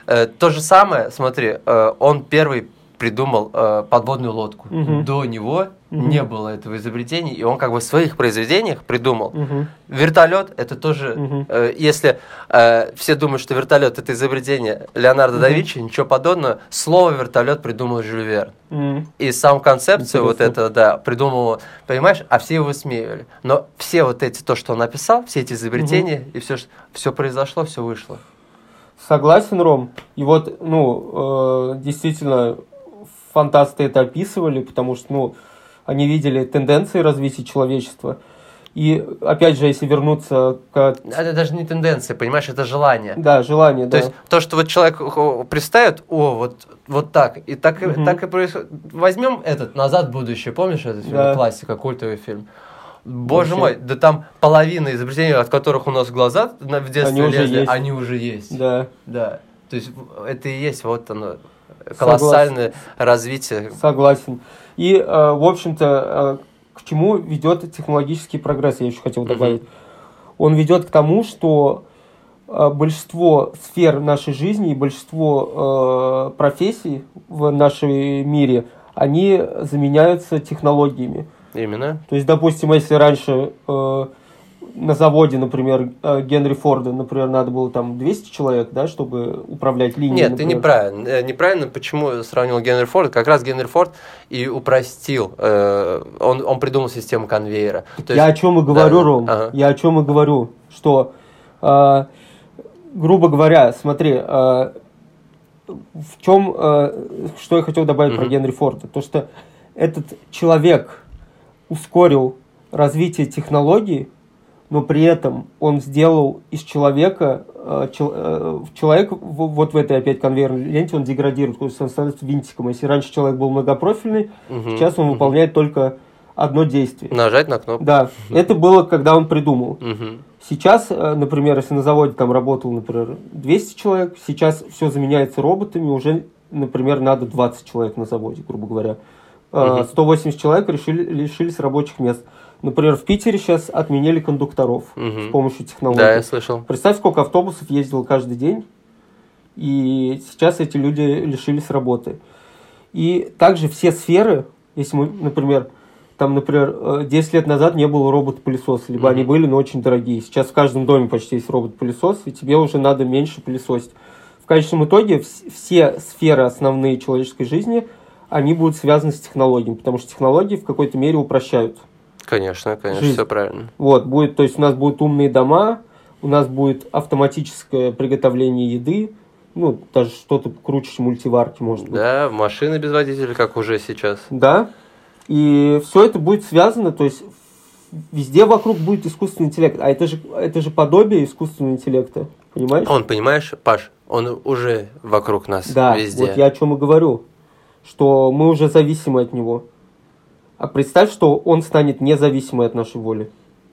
Э, то же самое, смотри, э, он первый придумал э, подводную лодку. Угу. До него Угу. не было этого изобретения, и он как бы в своих произведениях придумал. Угу. Вертолет это тоже, Угу. э, если э, все думают, что вертолет это изобретение Леонардо Угу. да Винчи, ничего подобного. Слово вертолет придумал Жюль Верн. Угу. И сам концепцию вот Интересно. это, да, придумал, понимаешь, а все его высмеивали. Но все вот эти, то, что он написал, все эти изобретения, и все, все произошло, все вышло. Согласен, Ром. И вот, ну, э, действительно, фантасты это описывали, потому что, ну, они видели тенденции развития человечества. И, опять же, если вернуться к... Это даже не тенденция, понимаешь, это желание. Да, желание, То да. есть то, что вот человек о, представит, о, вот, вот так, и так, и Мгм. так и происходит. Возьмем этот «Назад в будущее», помнишь этот фильм? Да. Классика, культовый фильм. Боже Вообще. мой, да там половина изобретений, от которых у нас глаза на- в детстве Они уже лезли, есть. они уже есть. Да, Да. То есть в- это и есть вот оно, колоссальное развитие. согласен. И, э, в общем-то, э, к чему ведет технологический прогресс, я еще хотел добавить. Он ведет к тому, что э, большинство сфер нашей жизни и большинство э, профессий в нашем мире, они заменяются технологиями. Именно. То есть, допустим, если раньше э, на заводе, например, э, Генри Форда, например, надо было там двести человек, да, чтобы управлять линией. Нет, ты например. неправильно. Э, Неправильно, почему сравнил Генри Форд? Как раз Генри Форд и упростил. э, он, он придумал систему конвейера. То Я есть- о чем и говорю, да, Ром. ага. Я о чем и говорю, что, э, грубо говоря, смотри, э, в чем, э, что я хотел добавить про Мгм. Генри Форда, то что этот человек ускорил развитие технологий, но при этом он сделал из человека, э, чел- э, человек в- вот в этой опять конвейерной ленте, он деградирует, то есть он становится винтиком. Если раньше человек был многопрофильный, Мгм. сейчас он Мгм. выполняет только одно действие. Нажать на кнопку. Да, это было, когда он придумал. Мгм. Сейчас, э, например, если на заводе там работало, например, двести человек, сейчас все заменяется роботами, уже, например, надо двадцать человек на заводе, грубо говоря. Э, Мгм. сто восемьдесят человек решили, лишились рабочих мест. Например, в Питере сейчас отменили кондукторов Мгм. с помощью технологий. Да, я слышал. Представь, сколько автобусов ездило каждый день, и сейчас эти люди лишились работы. И также все сферы, если мы, например, там, например, э, десять лет назад не было робот-пылесоса, либо Мгм. они были, но очень дорогие. Сейчас в каждом доме почти есть робот-пылесос, и тебе уже надо меньше пылесосить. В конечном итоге вс- все сферы основные человеческой жизни, они будут связаны с технологиями, потому что технологии в какой-то мере упрощают. Конечно, конечно, Жизнь. все правильно. Вот, будет, то есть у нас будут умные дома, у нас будет автоматическое приготовление еды, ну, даже что-то круче, чем мультиварки, может быть. Да, машины без водителя, как уже сейчас. Да. И все это будет связано, то есть везде вокруг будет искусственный интеллект. А это же, это же подобие искусственного интеллекта. Понимаешь? Он, понимаешь, Паш, он уже вокруг нас, Да, везде. вот я о чем и говорю. Что мы уже зависимы от него. А представь, что он станет независимый от нашей воли.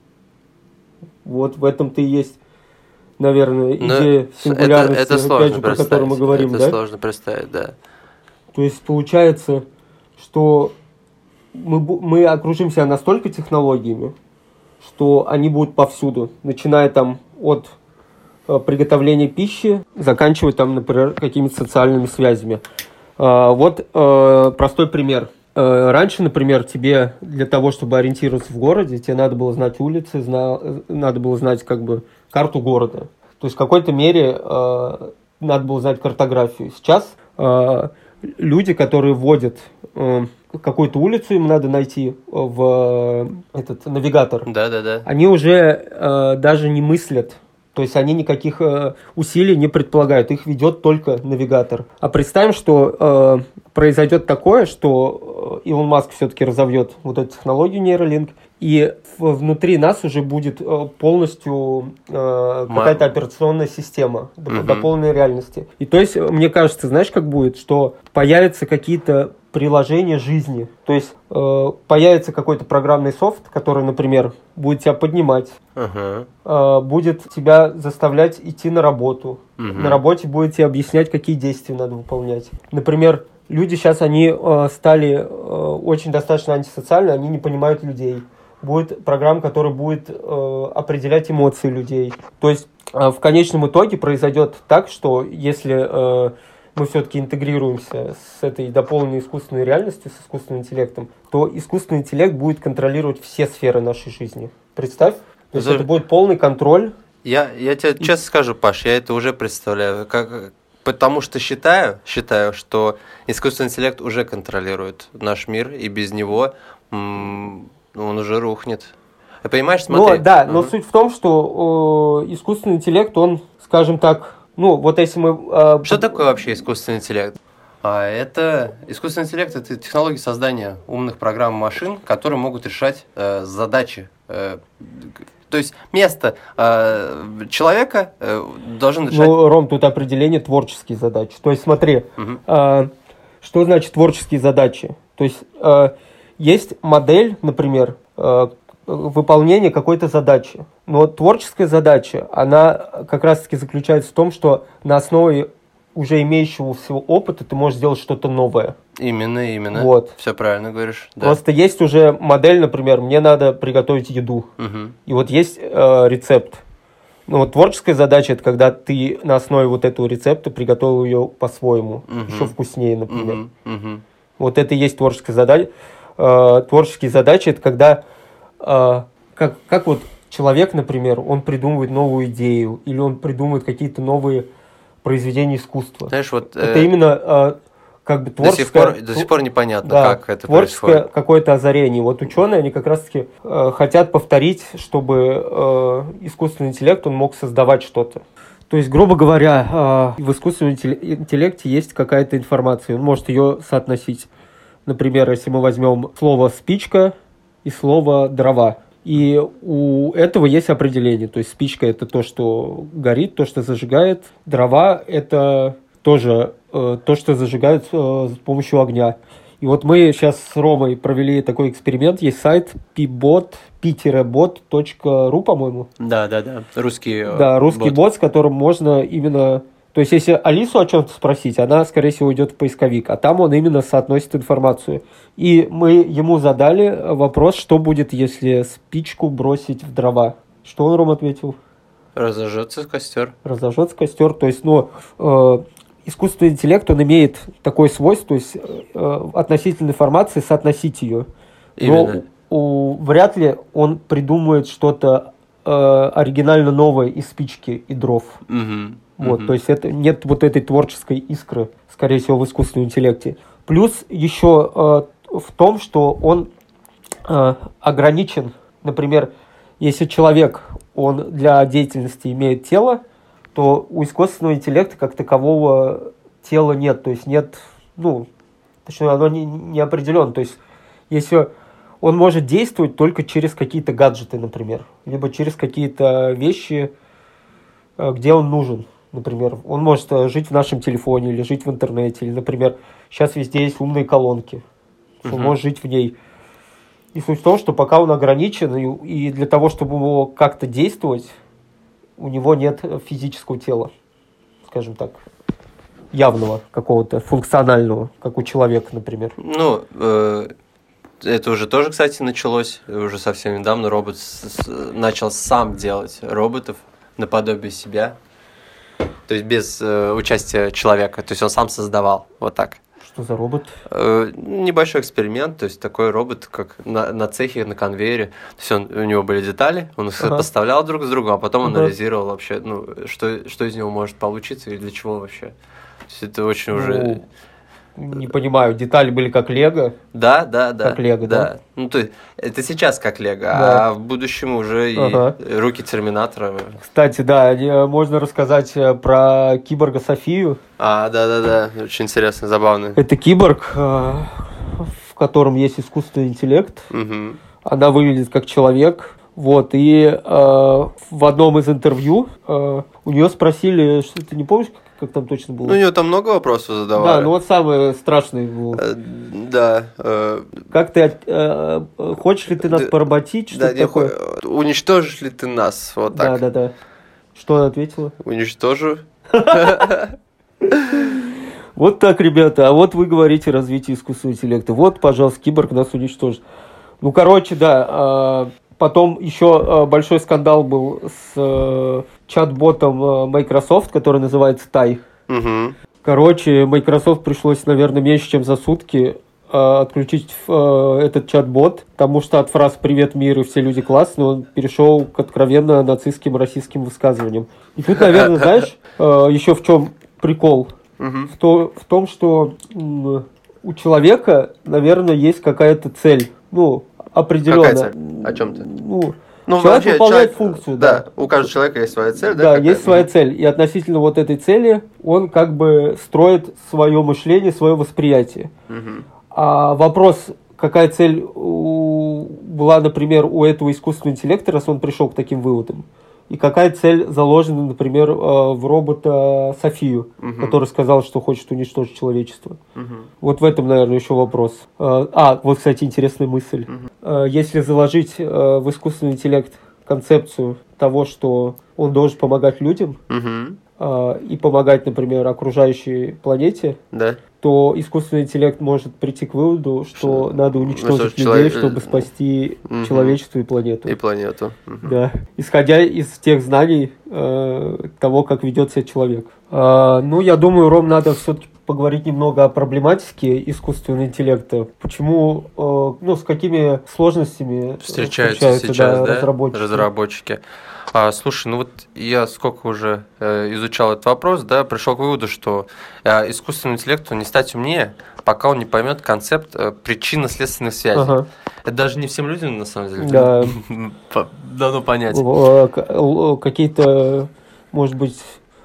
Вот в этом-то и есть, наверное, Но идея это, сингулярности, это опять сложно же, про которую мы представить. говорим, это да? сложно представить, да. То есть получается, что мы, бу- мы окружим себя настолько технологиями, что они будут повсюду, начиная там от э, приготовления пищи, заканчивая там, например, какими-то социальными связями. Э, вот э, простой пример. Э, раньше, например, тебе для того, чтобы ориентироваться в городе, тебе надо было знать улицы, зна- э, надо было знать как бы карту города. То есть в какой-то мере э, надо было знать картографию. Сейчас э, люди, которые вводят э, какую-то улицу, им надо найти в э, этот навигатор, Да, да, да. они уже э, даже не мыслят. То есть они никаких э, усилий не предполагают, их ведет только навигатор. А представим, что э, произойдет такое, что э, Илон Маск все-таки разовьет вот эту технологию нейролинк, и в- внутри нас уже будет э, полностью э, какая-то операционная система до, Мгм. до полной реальности. И то есть, мне кажется, знаешь, как будет, что появятся какие-то приложения жизни. То есть э, появится какой-то программный софт, который, например, будет тебя поднимать, Ага. э, будет тебя заставлять идти на работу. Мгм. На работе будет тебе объяснять, какие действия надо выполнять. Например, люди сейчас, они э, стали э, очень достаточно антисоциальны, они не понимают людей. будет программа, которая будет э, определять эмоции людей. То есть э, в конечном итоге произойдет так, что если э, мы все-таки интегрируемся с этой дополненной искусственной реальностью, с искусственным интеллектом, то искусственный интеллект будет контролировать все сферы нашей жизни. Представь, то есть Это- это будет полный контроль. Я, я тебе честно скажу, Паш, я это уже представляю. Как, потому что считаю, считаю, что искусственный интеллект уже контролирует наш мир, и без него м, он уже рухнет. Ты понимаешь, смотри. Но, да, но Мгм. суть в том, что э, искусственный интеллект, он, скажем так, ну, вот если мы... э, Что такое вообще искусственный интеллект? А это искусственный интеллект — это технология создания умных программ машин, которые могут решать э, задачи. Э, то есть место э, человека э, должен решать. Ну, Ром, тут определение творческие задачи. То есть смотри, Мгм. э, что значит творческие задачи? То есть э, есть модель, например, э, выполнения какой-то задачи. Но творческая задача, она как раз-таки заключается в том, что на основе уже имеющегося опыта ты можешь сделать что-то новое. Именно, именно. Вот. Все правильно говоришь. Да. Просто есть уже модель, например, мне надо приготовить еду. Мгм. И вот есть э, рецепт. Ну вот творческая задача — это когда ты на основе вот этого рецепта приготовил ее по-своему, Мгм. еще вкуснее, например. Мгм. Мгм. Вот это и есть творческая задача. Э, творческие задачи — это когда, э, как, как вот человек, например, он придумывает новую идею, или он придумывает какие-то новые произведения искусства. Знаешь, вот Это э, именно э, как бы до, сих творческое... пор, до сих пор непонятно, Да, как это творческое происходит. какое-то озарение. Вот ученые, они как раз-таки э, хотят повторить, чтобы э, искусственный интеллект, он мог создавать что-то. То есть, грубо говоря, э, в искусственном интелле- интеллекте есть какая-то информация, он может ее соотносить. Например, если мы возьмем слово «спичка» и слово «дрова». И у этого есть определение. То есть спичка — это то, что горит, то, что зажигает. Дрова — это тоже э, то, что зажигают э, с помощью огня. И вот мы сейчас с Ромой провели такой эксперимент. Есть сайт пибот, пи-бот точка ру, по-моему. Да, да, да. Русский. э, Да, русский бот. бот, с которым можно именно... То есть, если Алису о чем-то спросить, она, скорее всего, идет в поисковик, а там он именно соотносит информацию. И мы ему задали вопрос, что будет, если спичку бросить в дрова. Что он, Ром, ответил? Разожжется костер. Разожжется костер. То есть, ну, э, искусственный интеллект, он имеет такое свойство, то есть, э, относительно информации соотносить ее. Именно. Но у, вряд ли он придумает что-то э, оригинально новое из спички и дров. Мгм. Вот, Мгм. то есть это, нет вот этой творческой искры, скорее всего, в искусственном интеллекте. Плюс еще э, в том, что он э, ограничен. Например, если человек, он для деятельности имеет тело, то у искусственного интеллекта как такового тела нет. То есть нет, ну, точнее, оно не, не определено. То есть если он может действовать только через какие-то гаджеты, например, либо через какие-то вещи, э, где он нужен. Например, он может э, жить в нашем телефоне или жить в интернете. Или, например, сейчас везде есть умные колонки. Что он Мгм. может жить в ней. И суть в том, что пока он ограничен, и, и для того, чтобы его как-то действовать, у него нет физического тела, скажем так, явного какого-то, функционального, как у человека, например. Ну, э, это уже тоже, кстати, началось. Уже совсем недавно робот с- с- начал сам делать роботов наподобие себя. То есть без э, участия человека. То есть он сам создавал. Вот так. Что за робот? Э, небольшой эксперимент, то есть такой робот, как на, на цехе, на конвейере. То есть он, у него были детали, он их Ага. поставлял друг с другом, а потом Ага. анализировал вообще, ну, что, что из него может получиться и для чего вообще. То есть это очень уже... Ну, не понимаю, детали были как лего. Да, да, да. Как Лего, да? Ну, то есть это сейчас как Лего, Да. а в будущем уже Ага. и руки Терминатора. Кстати, да, э, можно рассказать э, про киборга Софию. А, да-да-да, очень интересно, забавно. Это киборг, э, в котором есть искусственный интеллект. Мгм. Она выглядит как человек. Вот, и э, в одном из интервью э, у нее спросили, что ты не помнишь, как, как там точно было? Ну, у него там много вопросов задавали. Да, ну вот самый страшный был. Э, Да. э, Как ты, от- э, э, хочешь ли ты нас Да, поработить, Да, что-то не такое? хо- уничтожишь ли ты нас? Вот Да, так. да, да. Что она ответила? Уничтожу. Вот так, ребята. А вот вы говорите развитие искусственного интеллекта. Вот, пожалуйста, киборг нас уничтожит. Ну, короче, да. Потом еще большой скандал был с чат-ботом Microsoft, который называется Тай. Угу. Короче, Microsoft пришлось, наверное, меньше, чем за сутки отключить этот чат-бот, потому что от фраз «Привет, мир» и «Все люди классные» он перешел к откровенно нацистским российским высказываниям. И тут, наверное, знаешь, еще в чем прикол? В, то, в том, что м, у человека, наверное, есть какая-то цель. Ну, определенная. Какая цель? О чем ты? Ну, ну человек вообще, выполняет человек, функцию. Да, да, у каждого человека есть своя цель. Да, да какая? есть своя цель. И относительно вот этой цели он как бы строит свое мышление, свое восприятие. Угу. А вопрос, какая цель у, была, например, у этого искусственного интеллекта, раз он пришел к таким выводам? И какая цель заложена, например, в робота Софию, угу. который сказал, что хочет уничтожить человечество. Угу. Вот в этом, наверное, еще вопрос. А, вот, кстати, интересная мысль. Угу. Если заложить в искусственный интеллект концепцию того, что он должен помогать людям, угу. и помогать, например, окружающей планете, да. то искусственный интеллект может прийти к выводу, что, что надо уничтожить людей, человек... чтобы спасти угу. человечество и планету. И планету. Угу. Да. Исходя из тех знаний э, того, как ведет себя человек. Э, ну, я думаю, Ром, надо все-таки поговорить немного о проблематике искусственного интеллекта. Почему, э, ну, с какими сложностями встречаются, встречаются сейчас, да, да, разработчики. разработчики. А, слушай, ну вот я сколько уже э, изучал этот вопрос, да, пришел к выводу, что э, искусственному интеллекту не стать умнее, пока он не поймет концепт э, причинно-следственных связей. Ага. Это даже не всем людям, на самом деле, да. дано понять. Какие-то, может быть,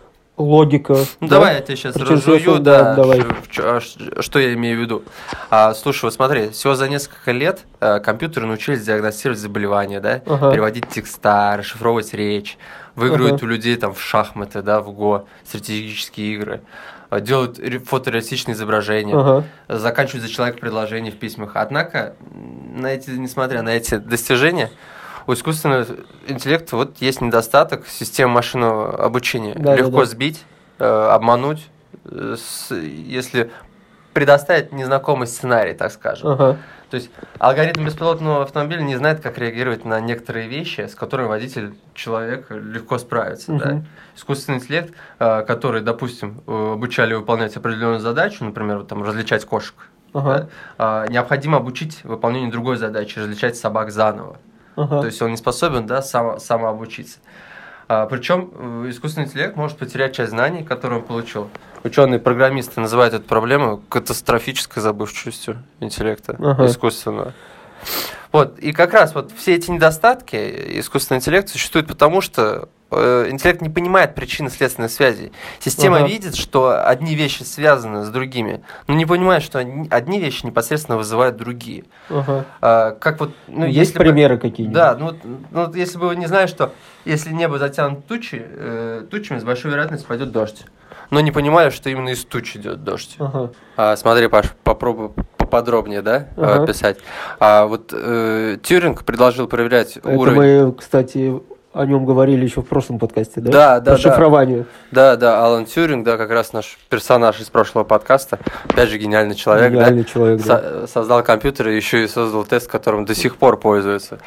логика. Ну, да? Давай я тебе сейчас разжую, да, да, давай. Что, что я имею в виду. А, слушай, вот смотри, всего за несколько лет а, компьютеры научились диагностировать заболевания, да, ага. переводить текста, расшифровывать речь, выигрывать ага. у людей там в шахматы, да, в го, стратегические игры, делают фотореалистичные изображения, ага. заканчивают за человека предложения в письмах. Однако, на эти, несмотря на эти достижения, у искусственного интеллекта вот есть недостаток системы машинного обучения. Да, Легко да, да. сбить, э, обмануть, э, с, если предоставить незнакомый сценарий, так скажем. Ага. То есть алгоритм беспилотного автомобиля не знает, как реагировать на некоторые вещи, с которыми водитель, человек легко справится. Угу. Да? Искусственный интеллект, э, который, допустим, обучали выполнять определенную задачу, например, вот, там, различать кошек, ага. да? э, необходимо обучить выполнению другой задачи, различать собак заново. Uh-huh. То есть он не способен, да, сам, самообучиться. А, причем искусственный интеллект может потерять часть знаний, которые он получил. Ученые-программисты называют эту проблему катастрофической забывчивостью интеллекта uh-huh. искусственного. Вот, и как раз вот все эти недостатки искусственного интеллекта существуют потому, что э, интеллект не понимает причины следственных связей. Система uh-huh. видит, что одни вещи связаны с другими, но не понимает, что одни, одни вещи непосредственно вызывают другие. Uh-huh. А, как вот, ну, Есть если примеры бы, какие-нибудь? Да, ну, ну если бы вы не знали, что если небо затянуто тучи, э, тучами, с большой вероятностью пойдет дождь. Но не понимали, что именно из туч идет дождь. Uh-huh. А, смотри, Паш, попробуй поподробнее, да, uh-huh. описать. А вот э, Тьюринг предложил проверять Это уровень... мы, кстати, о нем говорили еще в прошлом подкасте, да? Да, да, По шифрованию. Да, да, Алан Тьюринг, да, как раз наш персонаж из прошлого подкаста, опять же, гениальный человек, гениальный да, человек, да. Со- создал компьютер и еще и создал тест, которым до сих пор пользуются.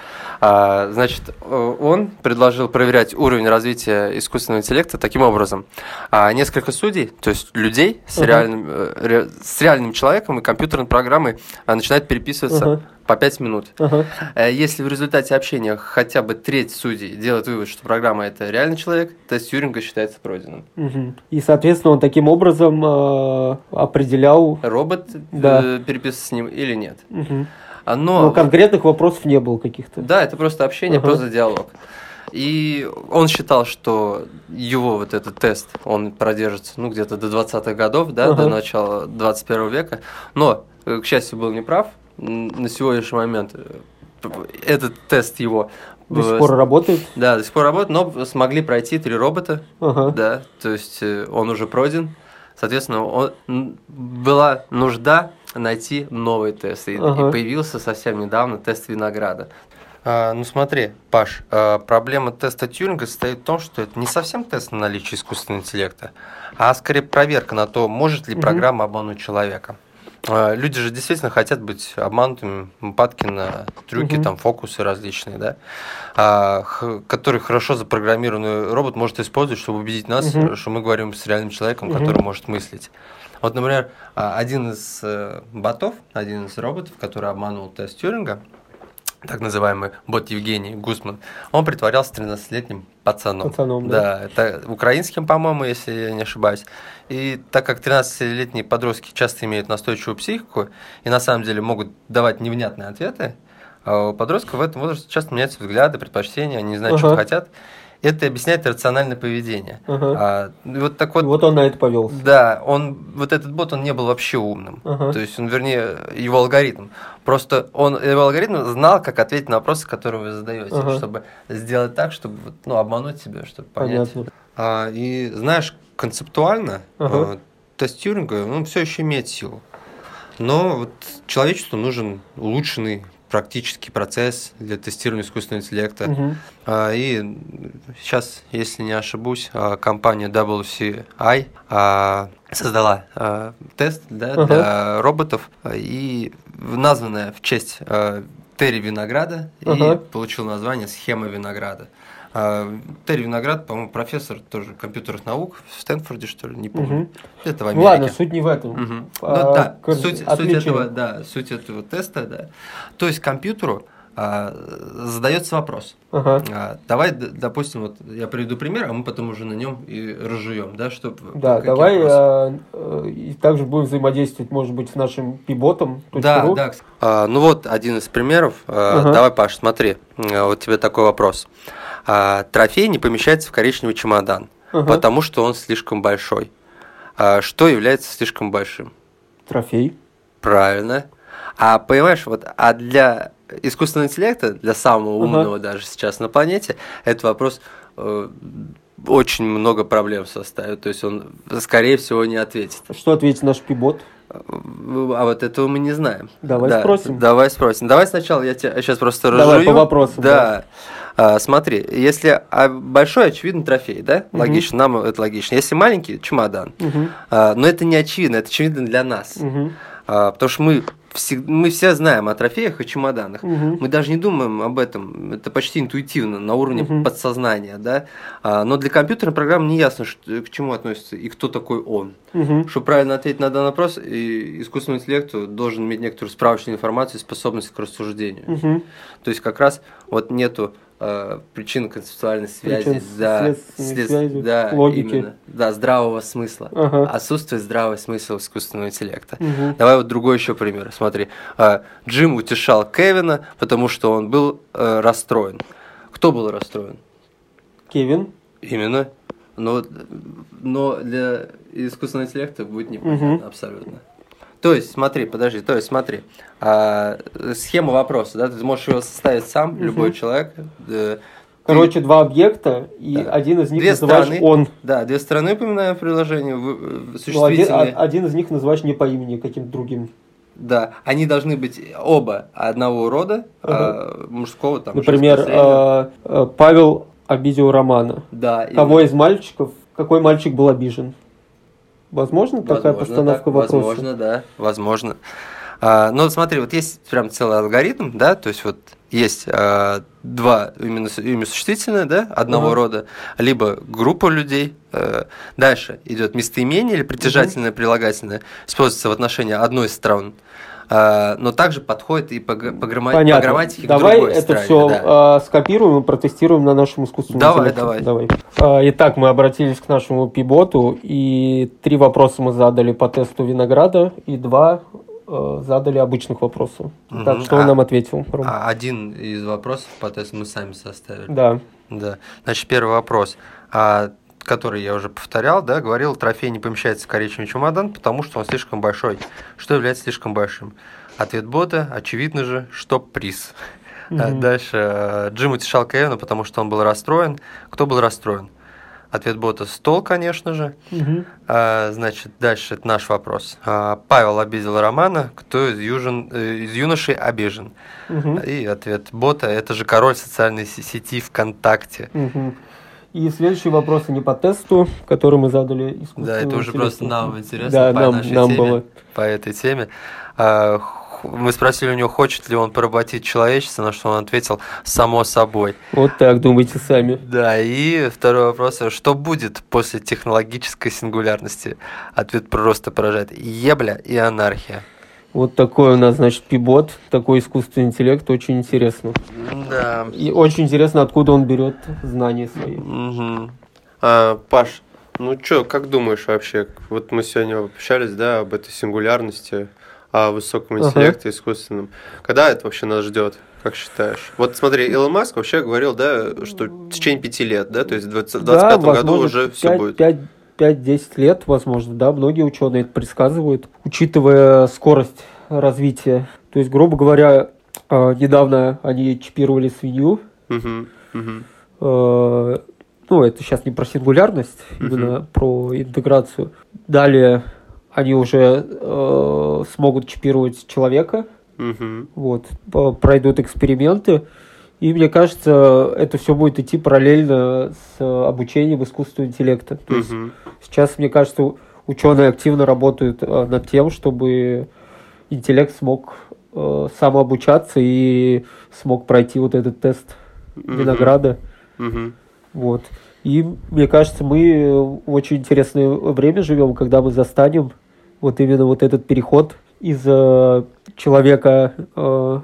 А, значит, он предложил проверять уровень развития искусственного интеллекта таким образом. А, несколько судей, то есть людей с, uh-huh. реальным, ре, с реальным человеком и компьютерной программой а, начинают переписываться uh-huh. по пять минут. Uh-huh. Если в результате общения хотя бы треть судей делает вывод, что программа это реальный человек, тест Тьюринга считается пройденным. Uh-huh. И, соответственно, он таким образом э, определял... Робот да. э, переписывается с ним или нет. Uh-huh. Но... Но конкретных вопросов не было каких-то. Да, это просто общение, uh-huh. просто диалог. И он считал, что его вот этот тест, он продержится ну, где-то до двадцатых годов, да, uh-huh. до начала двадцать первого века. Но, к счастью, был неправ. На сегодняшний момент этот тест его... До сих пор работает? Да, до сих пор работает, но смогли пройти три робота, uh-huh. да, то есть он уже пройден. Соответственно, он, была нужда найти новый тест, и, uh-huh. и появился совсем недавно тест винограда. А, ну смотри, Паш, а, проблема теста Тьюринга состоит в том, что это не совсем тест на наличие искусственного интеллекта, а скорее проверка на то, может ли программа обмануть человека. Люди же действительно хотят быть обманутыми, падки на трюки, Мгм. там, фокусы различные, да, а, х- который хорошо запрограммированный робот может использовать, чтобы убедить нас, Мгм. что мы говорим с реальным человеком, Мгм. который может мыслить. Вот, например, а, один из э, ботов, один из роботов, который обманул тест Тьюринга, так называемый бот Евгений Гусман, он притворялся тринадцатилетним пацаном. Пацаном, да. Да, это украинским, по-моему, если я не ошибаюсь. И так как тринадцатилетние подростки часто имеют настойчивую психику и на самом деле могут давать невнятные ответы, а у подростков в этом возрасте часто меняются взгляды, предпочтения, они не знают, Ага. что хотят. Это объясняет рациональное поведение. Ага. А, и вот так вот, Вот он на это повелся. да, он, вот этот бот, он не был вообще умным. Ага. То есть он, вернее, его алгоритм. Просто он, его алгоритм знал, как ответить на вопросы, которые вы задаете, Ага. чтобы сделать так, чтобы вот, ну, обмануть себя, чтобы понять. Понятно. А, и знаешь, концептуально Ага. э, тест Тьюринга, он все еще имеет силу. Но вот человечеству нужен улучшенный практический процесс для тестирования искусственного интеллекта. Мгм. А, И сейчас, если не ошибусь, а, компания дабл ю си ай а, создала а, тест, да, Ага. для роботов, а, и названная в честь а, Терри Винограда, Ага. и получил название «Схема Винограда». А, Терри Виноград, по-моему, профессор тоже компьютерных наук в Стэнфорде, что ли, не помню. Мгм. Это в Ну Америке. ладно, суть не в этом. Мгм. А, Ну да, кор- суть, суть отличие. этого, да, суть этого теста, да. То есть компьютеру а, задается вопрос. Ага. А, давай, д- допустим, вот я приведу пример, а мы потом уже на нем и разжуем, да, чтобы. Да, давай а, э, и также будем взаимодействовать, может быть, с нашим пиботом. Да, да. А, ну вот один из примеров. А, Ага. Давай, Паш, смотри, а, вот тебе такой вопрос. А, трофей не помещается в коричневый чемодан, Ага. потому что он слишком большой. А, что является слишком большим? Трофей. Правильно. А понимаешь, вот, а для искусственного интеллекта, для самого Ага. умного даже сейчас на планете, этот вопрос э, очень много проблем составит. То есть он, скорее всего, не ответит. Что ответит наш пибот? А вот этого мы не знаем. Давай Да, спросим. Давай спросим. Давай сначала я тебя сейчас просто Давай разжую. по вопросам, Да. А, смотри, если а, большой, очевидно, трофей, да? Мгм. Логично, нам это логично. Если маленький, чемодан. Мгм. А, но это не очевидно, это очевидно для нас. Мгм. А, потому что мы, всег- мы все знаем о трофеях и чемоданах. Мгм. Мы даже не думаем об этом. Это почти интуитивно, на уровне Мгм. подсознания. Да? А, но для компьютерной программы не ясно, что- к чему относится и кто такой он. Мгм. Чтобы правильно ответить на данный вопрос, и искусственный интеллект должен иметь некоторую справочную информацию и способность к рассуждению. Мгм. То есть как раз вот нету э, причин концептуальной связи, Причин, да, следственной след- связи, да, логики. именно, да, здравого смысла. Ага. Отсутствие здравого смысла у искусственного интеллекта. Мгм. Давай вот другой еще пример. Смотри, а, Джим утешал Кевина, потому что он был э, расстроен. Кто был расстроен? Кевин. Именно. Но, но для искусственного интеллекта будет непонятно Мгм. абсолютно. То есть, смотри, подожди, то есть, смотри, а, схема вопроса, да, ты можешь его составить сам, Мгм. любой человек. э, Короче, ты- два объекта, и Да. один из них Две называешь стороны. он. Да, две стороны упоминаем в приложении, в- в- Ну, один, существительные. а- один из них называешь не по имени, а каким-то другим. Да, они должны быть оба одного рода, а, мужского там. Например, женского, среднего. э, э, Павел обидел Романа. да, Кого именно. из мальчиков, какой мальчик был обижен? Возможно, такая Возможно, постановка так, вопроса? Возможно, да, возможно. А, ну, вот смотри, вот есть прям целый алгоритм, да, то есть вот есть а, два именно, с- имя существительное, да, одного Ага. рода, либо группа людей. э, дальше идет местоимение или притяжательное, прилагательное, используется в отношении одной из сторон, а, но также подходит и по, г- по, грамма- по Понятно. грамматике Давай к другой это стороне, все да. скопируем и протестируем на нашем искусственном Давай, интеллекте. давай. А, Итак, мы обратились к нашему пиботу, и три вопроса мы задали по тесту Винограда, и два э, задали обычных вопросов. Мгм. Так, что он А- нам ответил? Ром? А один из вопросов по тесту мы сами составили. Да. Да. Значит, первый вопрос, а, который я уже повторял, да, говорил, трофей не помещается в коричневый чемодан, потому что он слишком большой. Что является слишком большим? Ответ бота, очевидно же, что приз. А, Мгм. Дальше, а, Джим утешал Кевина, потому что он был расстроен. Кто был расстроен? Ответ бота, стол, конечно же. Мгм. А, значит, дальше это наш вопрос. А, Павел обидел Романа, кто из, южен, э, из юношей обижен? Мгм. И ответ бота, это же король социальной се- сети ВКонтакте. Мгм. И следующие вопросы не по тесту, который мы задали искусственному Да, это уже интеллекту. просто нам интересно Да, по нам, нашей нам теме, было. по этой теме. А, х- мы спросили у него, хочет ли он поработить человечество, на что он ответил «само собой». Вот так, думайте сами. Да, и второй вопрос, что будет после технологической сингулярности? Ответ просто поражает. Ебля и анархия. Вот такой у нас, значит, пибот, такой искусственный интеллект, очень интересно. Да. И очень интересно, откуда он берет знания свои. Угу. А, Паш, ну чё, как думаешь вообще? Вот мы сегодня общались, да, об этой сингулярности, о высоком интеллекте, ага. искусственном. Когда это вообще нас ждет? Как считаешь? Вот смотри, Илон Маск вообще говорил, да, что в течение пяти лет, да, то есть в двадцать двадцать пятом да, году уже все будет. пять-десять лет, возможно, да, многие ученые это предсказывают, учитывая скорость развития. То есть, грубо говоря, недавно они чипировали свинью. Uh-huh. Uh-huh. Э, ну, это сейчас не про сингулярность, uh-huh. именно про интеграцию. Далее они уже э, смогут чипировать человека. Uh-huh. Вот, пройдут эксперименты. И мне кажется, это все будет идти параллельно с обучением искусственного интеллекта. То есть uh-huh. сейчас, мне кажется, ученые активно работают над тем, чтобы интеллект смог э, самообучаться и смог пройти вот этот тест Винограда. Uh-huh. Вот. И мне кажется, мы в очень интересное время живем, когда мы застанем вот именно вот этот переход из э, человека э,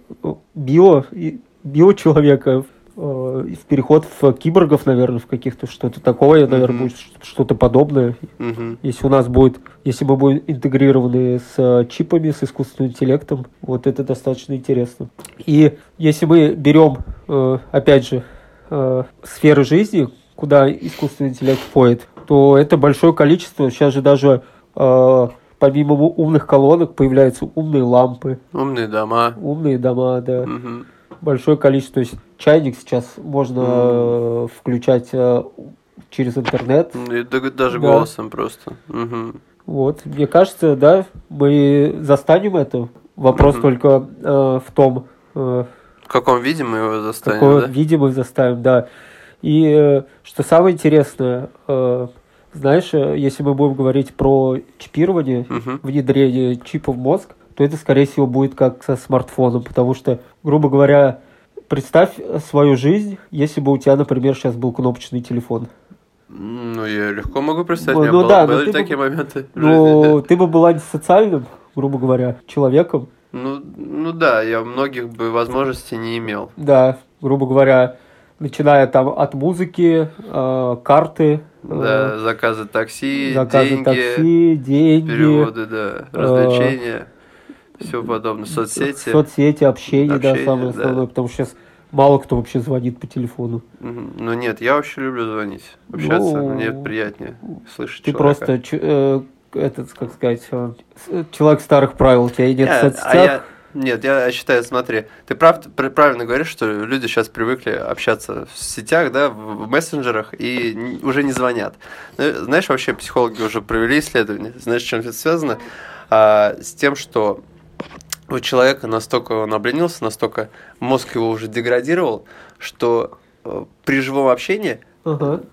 био биочеловека э, в переход в киборгов, наверное, в каких-то что-то такое, наверное, uh-huh. будет что-то подобное. Uh-huh. Если у нас будет, если мы будем интегрированы с чипами, с искусственным интеллектом, вот это достаточно интересно. И если мы берем, э, опять же, э, сферы жизни, куда искусственный интеллект входит, то это большое количество. Сейчас же даже э, помимо умных колонок появляются умные лампы. Умные дома. Умные дома, да. Uh-huh. Большое количество. То есть чайник сейчас можно mm. включать э, через интернет. И даже да. голосом просто. Угу. Вот, мне кажется, да, мы застанем это. Вопрос mm-hmm. только э, в том, э, в каком виде мы его застанем. В каком да? виде мы заставим, да. И э, что самое интересное, э, знаешь, если мы будем говорить про чипирование, mm-hmm. внедрение чипа в мозг, то это, скорее всего, будет как со смартфоном, потому что, грубо говоря, представь свою жизнь, если бы у тебя, например, сейчас был кнопочный телефон. Ну, я легко могу представить, ну, у меня ну, было, да, были ты такие бы, моменты в ну, жизни. Да. Ты бы была социальным, грубо говоря, человеком. Ну, ну да, я многих бы возможностей не имел. Да, грубо говоря, начиная там от музыки, э, карты. Да, э, заказы такси, заказы деньги, такси, деньги, переводы, да, развлечения, э, все подобное, соцсети. Соцсети, общение, общение да, самое да. основное, потому что сейчас мало кто вообще звонит по телефону. Ну нет, я вообще люблю звонить, общаться, ну, мне приятнее слышать ты человека. Ты просто, э, этот, как сказать, человек старых правил, у тебя нет я, в соцсетях. А я, нет, я считаю, смотри, ты прав, правильно говоришь, что люди сейчас привыкли общаться в сетях, да, в мессенджерах и уже не звонят. Знаешь, вообще психологи уже провели исследование, знаешь, с чем это связано? А, с тем, что у человека настолько он обленился, настолько мозг его уже деградировал, что э, при живом общении uh-huh.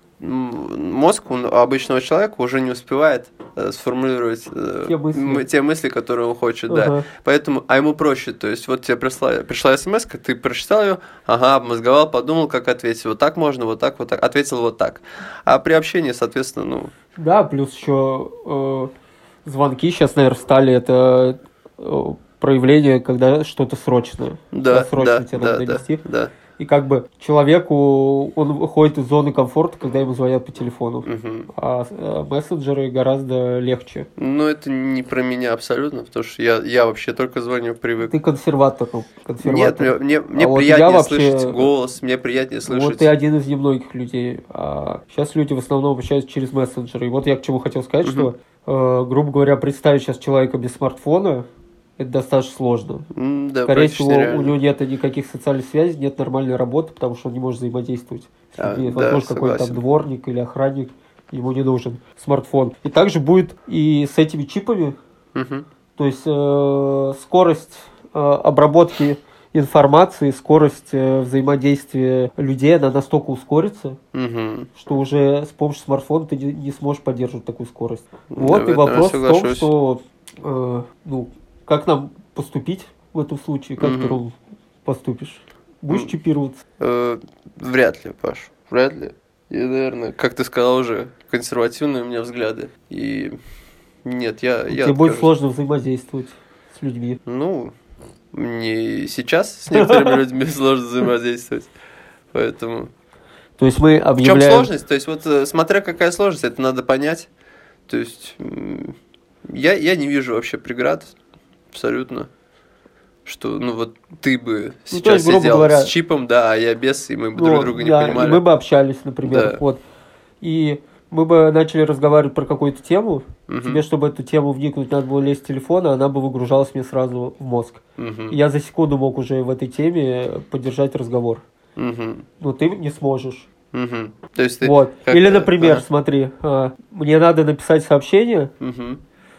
мозг у обычного человека уже не успевает э, сформулировать э, те, мысли. М- те мысли, которые он хочет, uh-huh. да. Поэтому, а ему проще, то есть вот тебе пришла, пришла смс-ка, ты прочитал ее, ага, обмозговал, подумал, как ответить, вот так можно, вот так, вот так, ответил вот так. А при общении, соответственно, ну... Да, плюс еще э, звонки сейчас, наверное, стали это... Э, проявление, когда что-то срочное. Да, срочно да, тебе да, надо да, донести. Да. И как бы человеку, он выходит из зоны комфорта, когда ему звонят по телефону. Угу. А, а мессенджеры гораздо легче. Ну, это не про меня абсолютно, потому что я, я вообще только звоню привык. Ты консерватор. консерватор. Нет, мне, мне, мне а приятнее вот вообще... слышать голос, мне приятнее слышать... Вот ты один из немногих людей. А сейчас люди в основном общаются через мессенджеры. И вот я к чему хотел сказать, угу. что, э, грубо говоря, представить сейчас человека без смартфона, это достаточно сложно. Mm, да, Скорее всего, реально. у него нет никаких социальных связей, нет нормальной работы, потому что он не может взаимодействовать с людьми. А, Возможно, да, какой-то там дворник или охранник, ему не нужен смартфон. И также будет и с этими чипами. Uh-huh. То есть э, скорость э, обработки информации, скорость э, взаимодействия людей, она настолько ускорится, Угу. что уже с помощью смартфона ты не, не сможешь поддерживать такую скорость. Вот Да, и в этом я вопрос в том, соглашусь. что э, ну, как нам поступить в этом случае, как Мгм. ты, Ром, поступишь? Будешь М. чипироваться? Э, Вряд ли, Паш, вряд ли. И, наверное, как ты сказал уже, консервативные у меня взгляды. И нет, я, я Тебе будет откажусь. сложно взаимодействовать с людьми. Ну, мне и сейчас с некоторыми людьми сложно взаимодействовать. Поэтому... То есть мы В чем объявляем... сложность? То есть, вот э, смотря какая сложность, это надо понять. То есть, м, я, я не вижу вообще преград абсолютно. Что, ну вот ты бы Ну, то сейчас есть, грубо сидел говоря- с чипом, да, а я без, и мы бы Ну, друг друга не да, понимали. и мы бы общались, например. Да. Вот. И мы бы начали разговаривать про какую-то тему. Мгм. Тебе, чтобы эту тему вникнуть, надо было лезть с телефона, она бы выгружалась мне сразу в мозг. Мгм. И я за секунду мог уже в этой теме поддержать разговор. Мгм. Но ты не сможешь. Мгм. То есть ты Вот. как-то- Или, например, ага. смотри, а, мне надо написать сообщение, Мгм.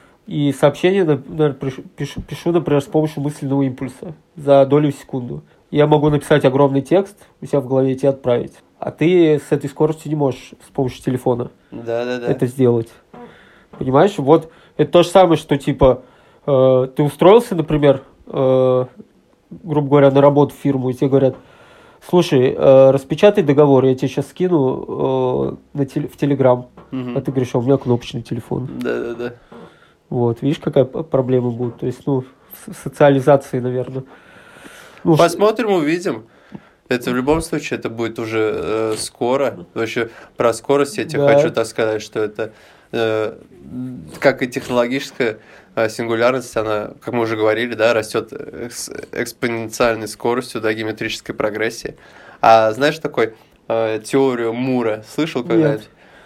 и сообщение например, пишу, пишу, пишу, например, с помощью мысленного импульса за долю секунды. Я могу написать огромный текст у себя в голове и тебе отправить. А ты с этой скоростью не можешь с помощью телефона Да-да-да. это сделать. Понимаешь? Вот это то же самое, что типа э, ты устроился, например, э, грубо говоря, на работу в фирму, и тебе говорят: слушай, э, распечатай договор, я тебе сейчас скину э, на теле- в Телеграм. Мгм. А ты говоришь: а у меня кнопочный телефон. Да-да-да. Вот, видишь, какая п- проблема будет. То есть, ну, с- социализации, наверное. Ну, ш- Посмотрим, увидим. Это в любом случае, это будет уже э, скоро. Вообще, про скорость я тебе Да. хочу так сказать, что это, э, как и технологическая э, сингулярность, она, как мы уже говорили, да, растет экс- экспоненциальной скоростью, да, геометрической прогрессии. А знаешь такой э, теорию Мура слышал когда-нибудь?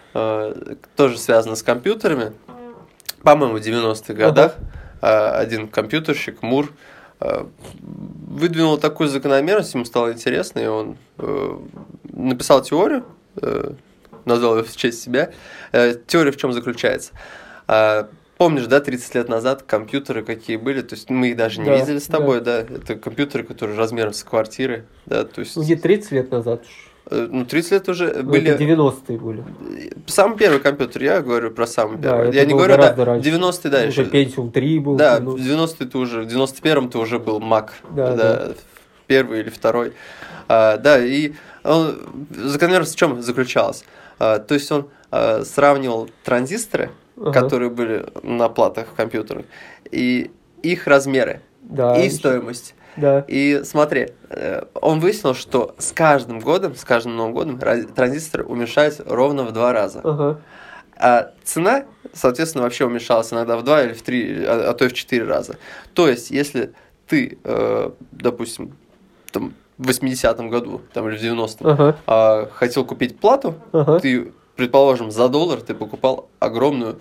Э, тоже связано с компьютерами. По-моему, в девяностых годах э, один компьютерщик, Мур, э, выдвинул такую закономерность, ему стало интересно, и он э, написал теорию, э, назвал ее в честь себя. Э, теория в чем заключается? Э, помнишь, да, тридцать лет назад компьютеры какие были, то есть мы их даже не Да, видели с тобой, да. Это компьютеры, которые размером с квартиры, да, то есть, ну, не тридцать лет назад уж. э, ну, тридцать лет уже Ну, были... это девяностые были. Самый первый компьютер, я говорю про самый Да, первый. это я не было говорю, да, гораздо раньше. девяностые, да, Уже еще. Pentium три был. Да, ну, в девяностые ты уже, в девяносто первом ты уже был Mac, Да, да, да. первый или второй. А, да, и он, закономерность в чем заключалась? А, то есть он а, сравнивал транзисторы, Ага. которые были на платах компьютеров, и их размеры, да, и еще- стоимость. Да. И смотри, э, он выяснил, что с каждым годом, с каждым Новым годом раз- транзисторы уменьшаются ровно в два раза. Ага. А цена, соответственно, вообще уменьшалась иногда в два или в три, а, а то и в четыре раза. То есть, если ты, э, допустим, там, в восьмидесятом году там, или в девяностом Ага. а, хотел купить плату, Ага. ты, предположим, за доллар ты покупал огромную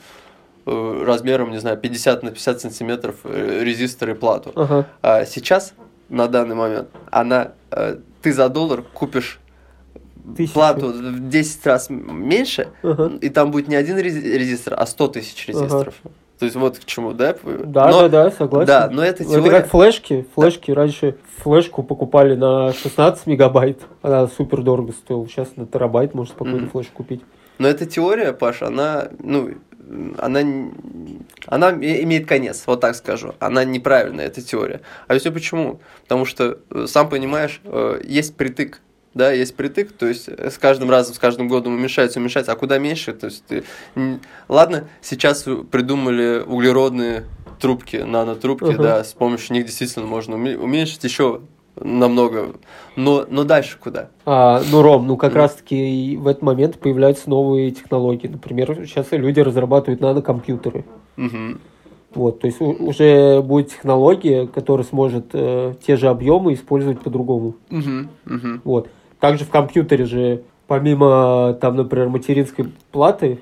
э, размером, не знаю, пятьдесят на пятьдесят сантиметров э, резистор и плату. Ага. А сейчас, на данный момент, она, э, ты за доллар купишь Тысячу. плату в десять раз м- меньше, Ага. и там будет не один рез- резистор, а сто тысяч резисторов. То есть вот к чему, да? Да, Но- да, да, согласен. Да, но это Это теория... как флешки. Флешки раньше флешку покупали на шестнадцать мегабайт. Она супер дорого стоила. Сейчас на терабайт можно спокойно Мгм. флешку купить. Но эта теория, Паша, она, ну, она, н- она и- имеет конец, вот так скажу. Она неправильная, эта теория. А все почему? Потому что, э, сам понимаешь, э, есть притык. Да, есть притык, то есть э, с каждым разом, с каждым годом уменьшается, уменьшается, а куда меньше? То есть, ты, н- ладно, сейчас придумали углеродные трубки, нанотрубки, Ага. да, с помощью них действительно можно уме- уменьшить еще намного, но, но дальше куда? А, ну, Ром, ну как Мгм. раз-таки и в этот момент появляются новые технологии. Например, сейчас люди разрабатывают нанокомпьютеры. Мгм. Вот, то есть у- уже будет технология, которая сможет э, те же объемы использовать по-другому. Мгм. Мгм. Вот. Также в компьютере же, помимо, там, например, материнской платы,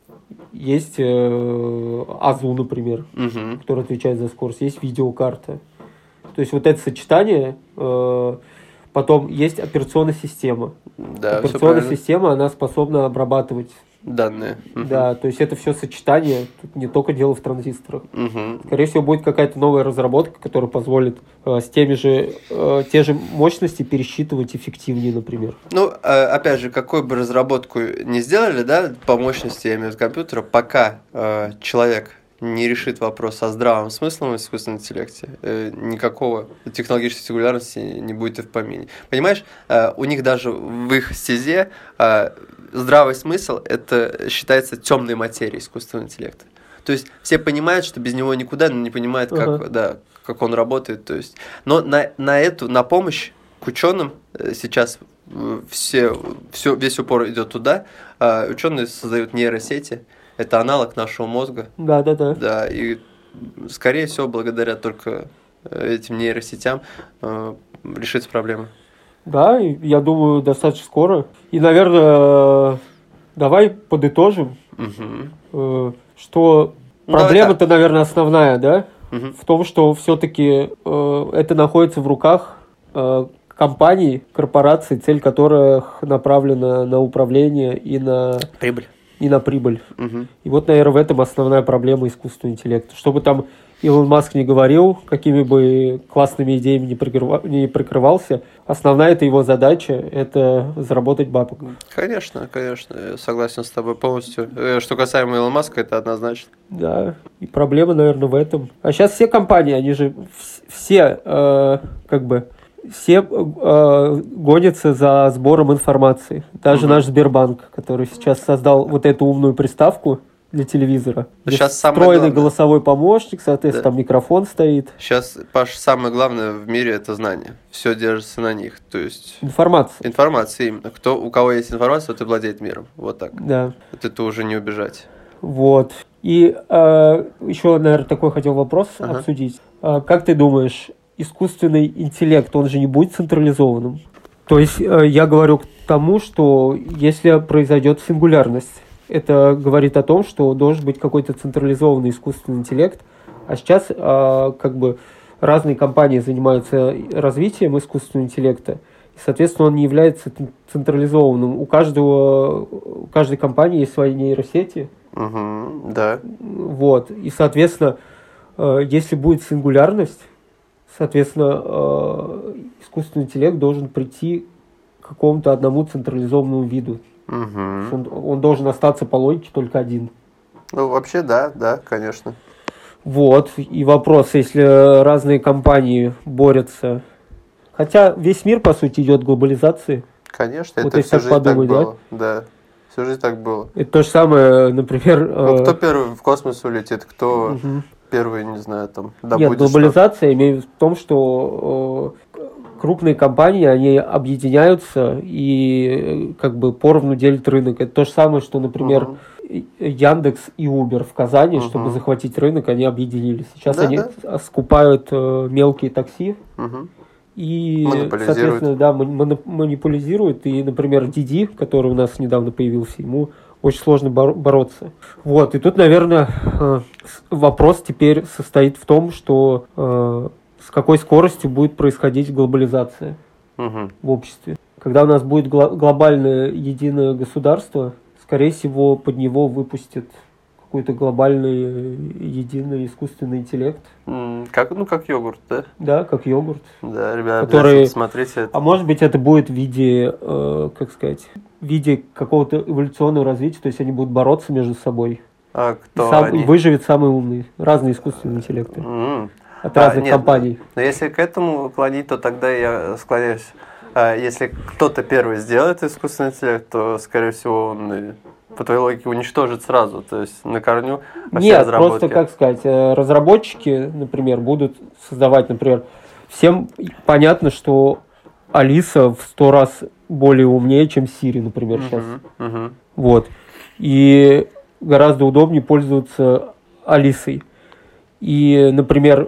есть э, АЗУ, например, Мгм. который отвечает за скорость, есть видеокарта. То есть вот это сочетание, э, потом есть операционная система. Да, всё Операционная правильно. система, она способна обрабатывать данные. Угу. Да, то есть это все сочетание, тут не только дело в транзисторах. Угу. Скорее всего, будет какая-то новая разработка, которая позволит э, с теми же, э, те же мощности пересчитывать эффективнее, например. Ну, э, опять же, какую бы разработку не сделали, да, по мощности, я имею в виду компьютера, пока э, человек не решит вопрос со здравым смыслом в искусственном интеллекте, э, никакого технологической сингулярности не будет и в помине. Понимаешь, э, у них даже в их стезе э, здравый смысл – это считается темной материей искусственного интеллекта. То есть все понимают, что без него никуда, но не понимают, как, uh-huh. да, как он работает. То есть, но на, на эту, на помощь к ученым э, сейчас все, все, весь упор идет туда. Э, ученые создают нейросети. Это аналог нашего мозга. Да, да, да. Да, и скорее всего, благодаря только этим нейросетям э, решится проблема. Да, я думаю, достаточно скоро. И, наверное, давай подытожим, угу. что ну, проблема-то, наверное, основная, да, угу. в том, что все-таки э, это находится в руках э, компаний, корпораций, цель которых направлена на управление и на прибыль. И на прибыль. Угу. И вот, наверное, в этом основная проблема искусственного интеллекта. Чтобы там Илон Маск не говорил, какими бы классными идеями не, прикрыва... не прикрывался, основная это его задача – это заработать бабок. Конечно, конечно, я согласен с тобой полностью. Что касаемо Илона Маска, это однозначно. Да, и проблема, наверное, в этом. А сейчас все компании, они же все, э, как бы, все э, гонятся за сбором информации. Даже угу. наш Сбербанк, который сейчас создал вот эту умную приставку для телевизора. Сейчас встроенный голосовой помощник, соответственно, да. там микрофон стоит. Сейчас, Паш, самое главное в мире – это знание. Все держится на них. То есть информация. Информация именно. Кто, у кого есть информация, тот и владеет миром. Вот так. Да. Вот это уже не убежать. Вот. И э, еще, наверное, такой хотел вопрос ага. обсудить. Э, как ты думаешь, искусственный интеллект, он же не будет централизованным? То есть э, я говорю к тому, что если произойдет сингулярность, это говорит о том, что должен быть какой-то централизованный искусственный интеллект. А сейчас э, как бы разные компании занимаются развитием искусственного интеллекта. И, соответственно, он не является централизованным. У каждого, у каждой компании есть свои нейросети. Угу, да. Вот. И, соответственно, э, если будет сингулярность, соответственно, э, искусственный интеллект должен прийти к какому-то одному централизованному виду. Угу. Он, он должен остаться по логике только один. Ну, вообще, да, да, конечно. Вот. И вопрос, если разные компании борются. Хотя весь мир, по сути, идет к глобализации. Конечно, вот это всю жизнь подумать, так было. Да? да, всю жизнь так было. Это то же самое, например... Ну, э... кто первый в космос улетит, кто угу. первый, не знаю, там, добудет. Нет, глобализация имеет в том, что... Э... крупные компании, они объединяются и как бы поровну делят рынок. Это то же самое, что, например, uh-huh. Яндекс и Uber в Казани, uh-huh. чтобы захватить рынок, они объединились. Сейчас да, они да. скупают э, мелкие такси uh-huh. и, соответственно, да, манипулизируют. И, например, Didi, который у нас недавно появился, ему очень сложно бор- бороться. Вот. И тут, наверное, э, вопрос теперь состоит в том, что э, с какой скоростью будет происходить глобализация угу. в обществе. Когда у нас будет гло- глобальное единое государство, скорее всего, под него выпустят какой-то глобальный единый искусственный интеллект. Mm, как, ну, как йогурт, да? Да, как йогурт. Да, ребята, который... смотрите. Это. А может быть, это будет в виде, э, как сказать, в виде какого-то эволюционного развития, то есть они будут бороться между собой. А кто Сам, они? Выживет самый умный. Разные искусственные интеллекты. Mm. От разных а, нет, компаний. Но если к этому клонить, то тогда я склоняюсь. А если кто-то первый сделает искусственный интеллект, то, скорее всего, он, по твоей логике, уничтожит сразу, то есть на корню вообще Нет, разработки. просто, как сказать, разработчики, например, будут создавать, например, всем понятно, что Алиса в сто раз более умнее, чем Siri, например, uh-huh, сейчас. Uh-huh. Вот. И гораздо удобнее пользоваться Алисой. И, например,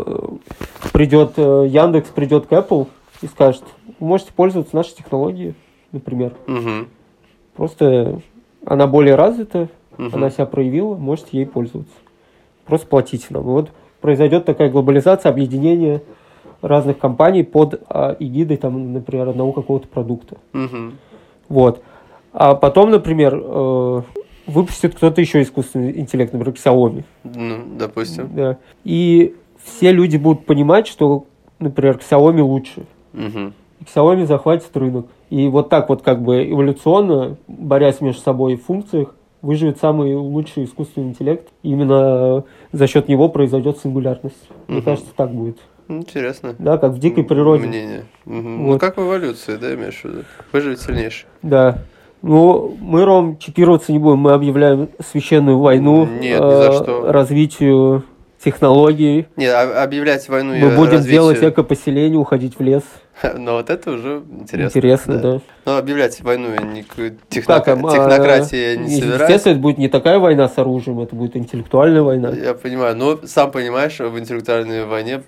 придет Яндекс, придет к Apple и скажет, вы можете пользоваться нашей технологией, например. Угу. Просто она более развита, угу. она себя проявила, можете ей пользоваться. Просто платите нам. И вот произойдет такая глобализация, объединение разных компаний под а, эгидой, там, например, одного какого-то продукта. Угу. Вот. А потом, например, э, выпустит кто-то еще искусственный интеллект, например, Xiaomi. Ну, допустим. Да. И все люди будут понимать, что, например, Xiaomi лучше. Угу. И Xiaomi захватит рынок. И вот так вот как бы эволюционно, борясь между собой в функциях, выживет самый лучший искусственный интеллект. И именно за счет него произойдет сингулярность. Мне Угу. кажется, так будет. Интересно. Да, как в дикой природе. Мнение. Угу. Вот. Ну, как в эволюции, да, имеешь в виду? Выживет сильнейший. Да. Ну, мы, Ром, чипироваться не будем. Мы объявляем священную войну Нет, ни за что. развитию технологий. Нет, а- объявлять войну и Мы будем развитию- делать экопоселение, уходить в лес. Но вот это уже интересно. Интересно, да. Но объявлять войну я никакой техно- Так, а, технократии я не естественно, собираюсь. это будет не такая война с оружием, это будет интеллектуальная война. Я понимаю, но сам понимаешь, в интеллектуальной войне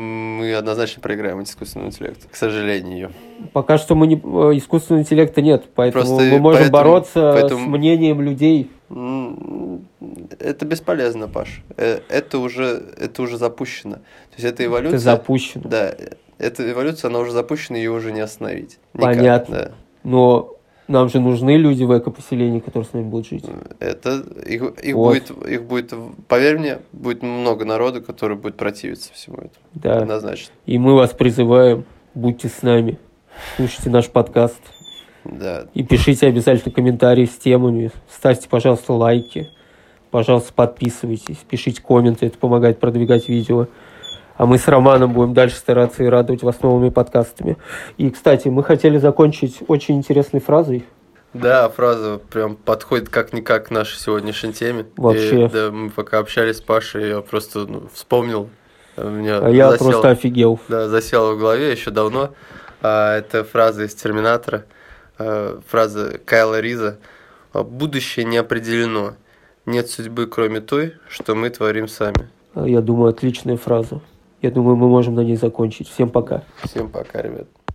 мы однозначно проиграем искусственному интеллекту, к сожалению. Пока что мы не, э, искусственного интеллекта нет, поэтому Просто мы можем поэтому- бороться поэтому- с мнением людей. М, Это бесполезно, Паш. Э, Это уже, это уже запущено. То есть это эволюция. Это запущено. Да, эта эволюция, она уже запущена, ее уже не остановить. Никак, Понятно. да. Но нам же нужны люди в экопоселении, которые с нами будут жить. Это их, их Вот. будет, их будет, поверь мне, будет много народу, который будет противиться всему этому. Да. Однозначно. И мы вас призываем, будьте с нами, слушайте наш подкаст. Да. И пишите обязательно комментарии с темами. Ставьте, пожалуйста, лайки. Пожалуйста, подписывайтесь. Пишите комменты. Это помогает продвигать видео. А мы с Романом будем дальше стараться и радовать вас новыми подкастами. И, кстати, мы хотели закончить очень интересной фразой. Да, фраза прям подходит как-никак к нашей сегодняшней теме. Вообще. И, да, мы пока общались с Пашей, я просто ну, вспомнил. У меня А я засел- просто офигел. Да, засела в голове еще давно. А, это фраза из «Терминатора». А, фраза Кайла Риза. «А, «Будущее не определено. Нет судьбы, кроме той, что мы творим сами». Я думаю, отличная фраза. Я думаю, мы можем на ней закончить. Всем пока. Всем пока, ребят.